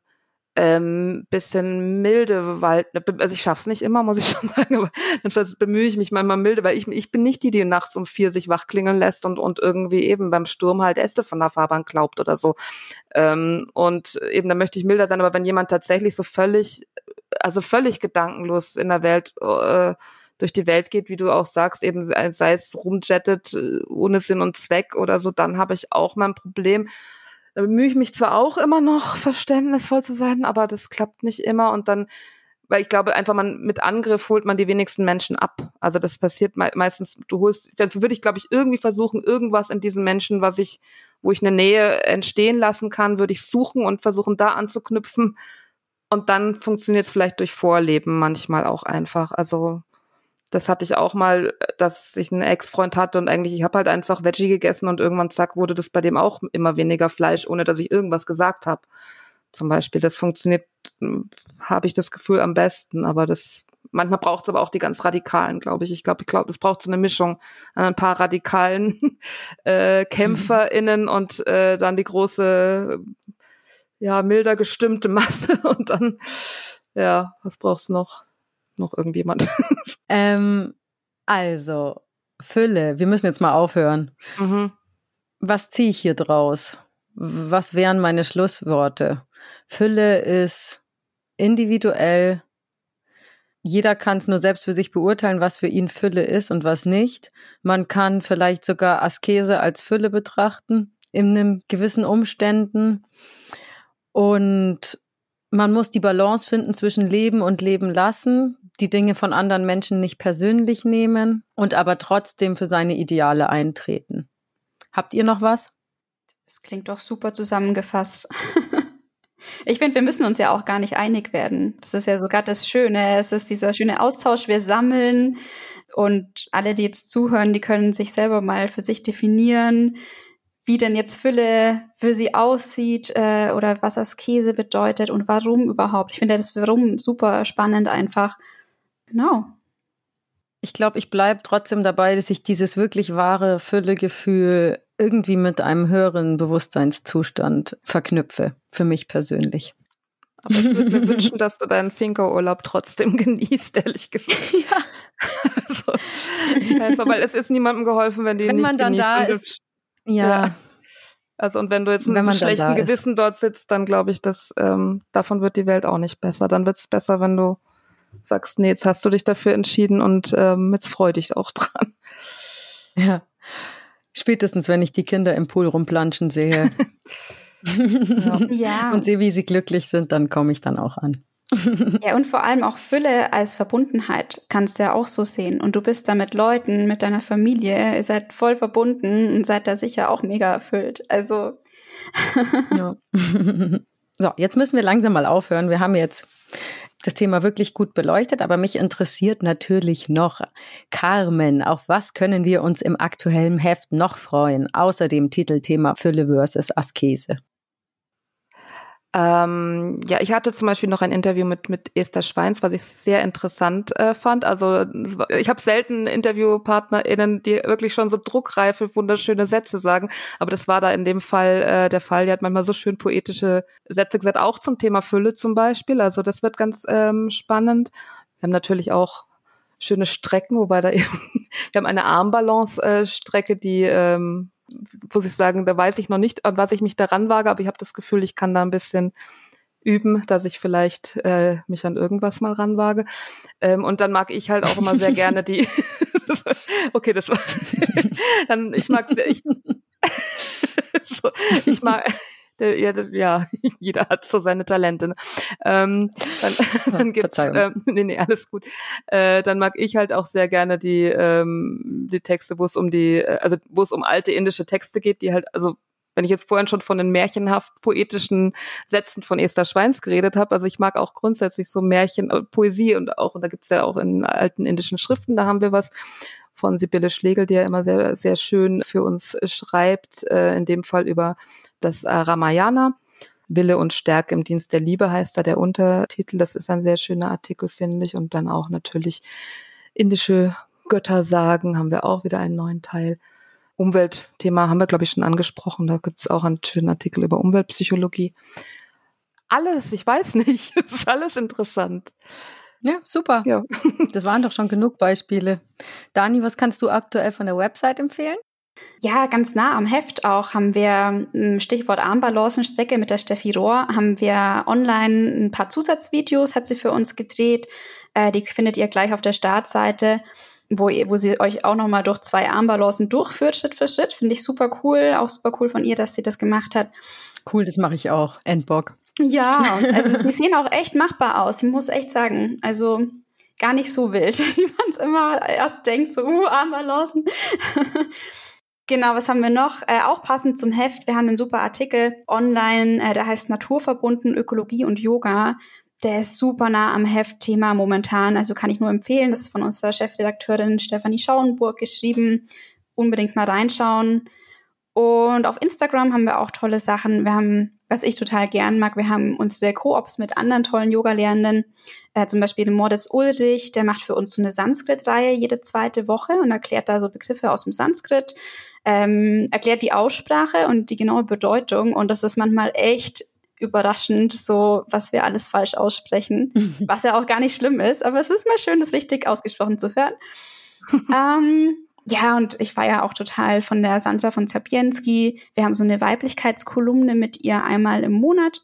ähm, bisschen milde walten. Also ich schaff's nicht immer, muss ich schon sagen, aber dann bemühe ich mich manchmal milde, weil ich ich bin nicht die, die nachts um vier sich wachklingeln lässt und und irgendwie eben beim Sturm halt Äste von der Fahrbahn klaubt oder so. Ähm, und eben, da möchte ich milder sein, aber wenn jemand tatsächlich so völlig, also völlig gedankenlos in der Welt äh, durch die Welt geht, wie du auch sagst, eben sei es rumjettet, ohne Sinn und Zweck oder so, dann habe ich auch mein Problem. Da bemühe ich mich zwar auch immer noch, verständnisvoll zu sein, aber das klappt nicht immer und dann, weil ich glaube einfach, man mit Angriff holt man die wenigsten Menschen ab. Also das passiert me- meistens, du holst, dann würde ich glaube ich irgendwie versuchen, irgendwas in diesen Menschen, was ich, wo ich eine Nähe entstehen lassen kann, würde ich suchen und versuchen da anzuknüpfen und dann funktioniert es vielleicht durch Vorleben manchmal auch einfach, also das hatte ich auch mal, dass ich einen Ex-Freund hatte und eigentlich, ich habe halt einfach Veggie gegessen und irgendwann, zack, wurde das bei dem auch immer weniger Fleisch, ohne dass ich irgendwas gesagt habe. Zum Beispiel, das funktioniert, habe ich das Gefühl, am besten, aber das, manchmal braucht es aber auch die ganz Radikalen, glaube ich. Ich glaube, ich glaube, es braucht so eine Mischung an ein paar radikalen äh, KämpferInnen und äh, dann die große, ja, milder gestimmte Masse und dann, ja, was braucht's noch? Noch irgendjemand? Ähm, also, Fülle, wir müssen jetzt mal aufhören. Mhm. Was ziehe ich hier draus? Was wären meine Schlussworte? Fülle ist individuell. Jeder kann es nur selbst für sich beurteilen, was für ihn Fülle ist und was nicht. Man kann vielleicht sogar Askese als Fülle betrachten, in einem gewissen Umständen. Und man muss die Balance finden zwischen Leben und Leben lassen, die Dinge von anderen Menschen nicht persönlich nehmen und aber trotzdem für seine Ideale eintreten. Habt ihr noch was? Das klingt doch super zusammengefasst. Ich finde, wir müssen uns ja auch gar nicht einig werden. Das ist ja sogar das Schöne. Es ist dieser schöne Austausch. Wir sammeln und alle, die jetzt zuhören, die können sich selber mal für sich definieren, wie denn jetzt Fülle für sie aussieht äh, oder was Askese bedeutet und warum überhaupt. Ich finde das Warum super spannend einfach. Genau. Ich glaube, ich bleibe trotzdem dabei, dass ich dieses wirklich wahre Füllegefühl irgendwie mit einem höheren Bewusstseinszustand verknüpfe, für mich persönlich. Aber ich würde mir wünschen, dass du deinen Finkerurlaub trotzdem genießt, ehrlich gesagt. Ja. Also, einfach, weil es ist niemandem geholfen, wenn die wenn nicht man dann genießt. da Und ist, ja. ja. Also und wenn du jetzt Wenn mit man einem dann schlechten da ist. Gewissen dort sitzt, dann glaube ich, dass ähm, davon wird die Welt auch nicht besser. Dann wird es besser, wenn du sagst, nee, jetzt hast du dich dafür entschieden und ähm, jetzt freu dich auch dran. Ja. Spätestens, wenn ich die Kinder im Pool rumplanschen sehe ja. Ja. und sehe, wie sie glücklich sind, dann komme ich dann auch an. Ja, und vor allem auch Fülle als Verbundenheit kannst du ja auch so sehen. Und du bist da mit Leuten, mit deiner Familie, ihr seid voll verbunden und seid da sicher auch mega erfüllt. Also. Ja. So, jetzt müssen wir langsam mal aufhören. Wir haben jetzt das Thema wirklich gut beleuchtet, aber mich interessiert natürlich noch, Carmen, auf was können wir uns im aktuellen Heft noch freuen, außer dem Titelthema Fülle versus Askese? Ähm, ja, ich hatte zum Beispiel noch ein Interview mit mit Esther Schweins, was ich sehr interessant äh, fand. Also ich habe selten InterviewpartnerInnen, die wirklich schon so druckreife, wunderschöne Sätze sagen. Aber das war da in dem Fall äh, der Fall. Die hat manchmal so schön poetische Sätze gesagt, auch zum Thema Fülle zum Beispiel. Also das wird ganz ähm, spannend. Wir haben natürlich auch schöne Strecken, wobei da eben, wir haben eine Armbalance-Strecke, die ähm, muss ich sagen, da weiß ich noch nicht, an was ich mich daran wage, aber ich habe das Gefühl, ich kann da ein bisschen üben, dass ich vielleicht äh, mich an irgendwas mal ranwage. Ähm, und dann mag ich halt auch immer sehr gerne die okay, das war dann ich mag ich, so, ich mag Ja, ja, jeder hat so seine Talente. Ne? Ähm, dann dann gibt's, ähm, nee, nee, alles gut. Äh, dann mag ich halt auch sehr gerne die ähm, die Texte, wo es um die, also wo es um alte indische Texte geht, die halt, also wenn ich jetzt vorhin schon von den märchenhaft poetischen Sätzen von Esther Schweins geredet habe, also ich mag auch grundsätzlich so Märchen, äh, Poesie und auch, und da gibt's ja auch in alten indischen Schriften, da haben wir was von Sibylle Schlegel, die ja immer sehr, sehr schön für uns schreibt, äh, in dem Fall über das äh, Ramayana. Wille und Stärke im Dienst der Liebe heißt da der Untertitel. Das ist ein sehr schöner Artikel, finde ich. Und dann auch natürlich indische Göttersagen haben wir auch wieder einen neuen Teil. Umweltthema haben wir, glaube ich, schon angesprochen. Da gibt es auch einen schönen Artikel über Umweltpsychologie. Alles, ich weiß nicht, das ist alles interessant. Ja, super. Ja. Das waren doch schon genug Beispiele. Dani, was kannst du aktuell von der Website empfehlen? Ja, ganz nah am Heft auch haben wir, Stichwort Armbalancenstrecke mit der Steffi Rohr, haben wir online ein paar Zusatzvideos, hat sie für uns gedreht. Äh, die findet ihr gleich auf der Startseite, wo, ihr, wo sie euch auch nochmal durch zwei Armbalancen durchführt, Schritt für Schritt. Finde ich super cool, auch super cool von ihr, dass sie das gemacht hat. Cool, das mache ich auch. Endbock. Ja, also die sehen auch echt machbar aus. Ich muss echt sagen, also gar nicht so wild, wie man es immer erst denkt, so uh, Armbalancen. Genau, was haben wir noch? Äh, auch passend zum Heft, wir haben einen super Artikel online, äh, der heißt Naturverbunden, Ökologie und Yoga. Der ist super nah am Heftthema momentan, also kann ich nur empfehlen. Das ist von unserer Chefredakteurin Stefanie Schauenburg geschrieben. Unbedingt mal reinschauen. Und auf Instagram haben wir auch tolle Sachen. Wir haben, was ich total gern mag, wir haben unsere Koops mit anderen tollen Yoga-Lehrenden. Äh, zum Beispiel den Moritz Ulrich, der macht für uns so eine Sanskrit-Reihe jede zweite Woche und erklärt da so Begriffe aus dem Sanskrit, ähm, erklärt die Aussprache und die genaue Bedeutung. Und das ist manchmal echt überraschend, so was wir alles falsch aussprechen, was ja auch gar nicht schlimm ist. Aber es ist mal schön, das richtig ausgesprochen zu hören. ähm, Ja, und ich war ja auch total von der Sandra von Zapienski. Wir haben so eine Weiblichkeitskolumne mit ihr einmal im Monat.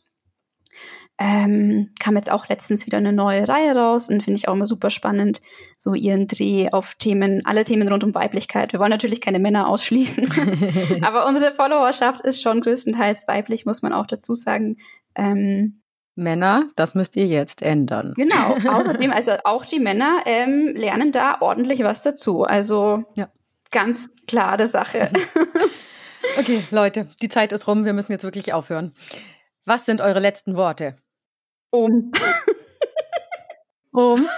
Ähm, kam jetzt auch letztens wieder eine neue Reihe raus und finde ich auch immer super spannend, so ihren Dreh auf Themen, alle Themen rund um Weiblichkeit. Wir wollen natürlich keine Männer ausschließen, aber unsere Followerschaft ist schon größtenteils weiblich, muss man auch dazu sagen. Ähm, Männer, das müsst ihr jetzt ändern. Genau, außerdem, also auch die Männer ähm, lernen da ordentlich was dazu. Also ja. Ganz klare Sache. Okay, Leute, die Zeit ist rum, wir müssen jetzt wirklich aufhören. Was sind eure letzten Worte? Um. Um.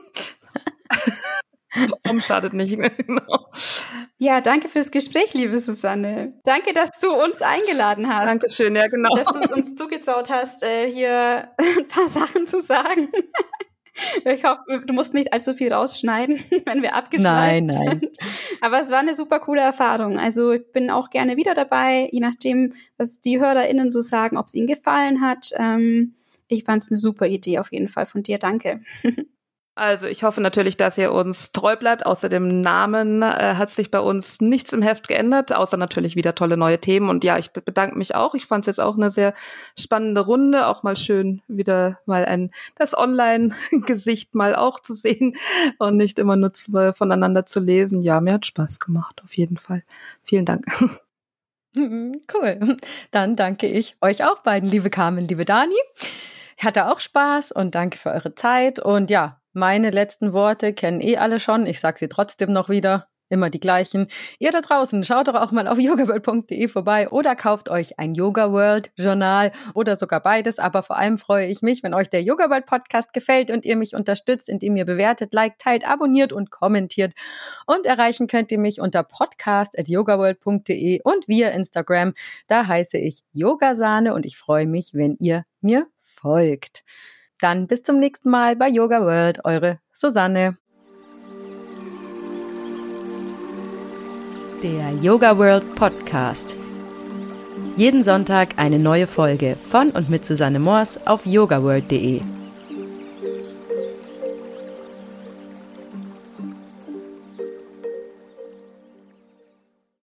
Um schadet nicht mehr, genau. Ja, danke fürs Gespräch, liebe Susanne. Danke, dass du uns eingeladen hast. Dankeschön, ja, genau. Dass du uns zugetraut hast, äh, hier ein paar Sachen zu sagen. Ich hoffe, du musst nicht allzu viel rausschneiden, wenn wir abgeschneit nein, nein. sind. Aber es war eine super coole Erfahrung. Also ich bin auch gerne wieder dabei, je nachdem, was die HörerInnen so sagen, ob es ihnen gefallen hat. Ähm, ich fand es eine super Idee auf jeden Fall von dir. Danke. Also ich hoffe natürlich, dass ihr uns treu bleibt. Außer dem Namen äh, hat sich bei uns nichts im Heft geändert, außer natürlich wieder tolle neue Themen. Und ja, ich bedanke mich auch. Ich fand es jetzt auch eine sehr spannende Runde. Auch mal schön, wieder mal ein das Online-Gesicht mal auch zu sehen und nicht immer nur zu, voneinander zu lesen. Ja, mir hat Spaß gemacht, auf jeden Fall. Vielen Dank. Cool. Dann danke ich euch auch beiden, liebe Carmen, liebe Dani. Ich hatte auch Spaß und danke für eure Zeit. Und ja, meine letzten Worte kennen eh alle schon. Ich sage sie trotzdem noch wieder. immer die gleichen. Ihr da draußen, schaut doch auch mal auf yogaworld punkt de vorbei oder kauft euch ein Yoga World Journal oder sogar beides. Aber vor allem freue ich mich, wenn euch der Yoga World Podcast gefällt und ihr mich unterstützt, indem ihr bewertet, liked, teilt, abonniert und kommentiert. Und erreichen könnt ihr mich unter podcast at yogaworld punkt de und via Instagram. Da heiße ich Yogasahne und ich freue mich, wenn ihr mir folgt. Dann bis zum nächsten Mal bei Yoga World, eure Susanne. Der Yoga World Podcast. Jeden Sonntag eine neue Folge von und mit Susanne Moors auf yogaworld punkt de.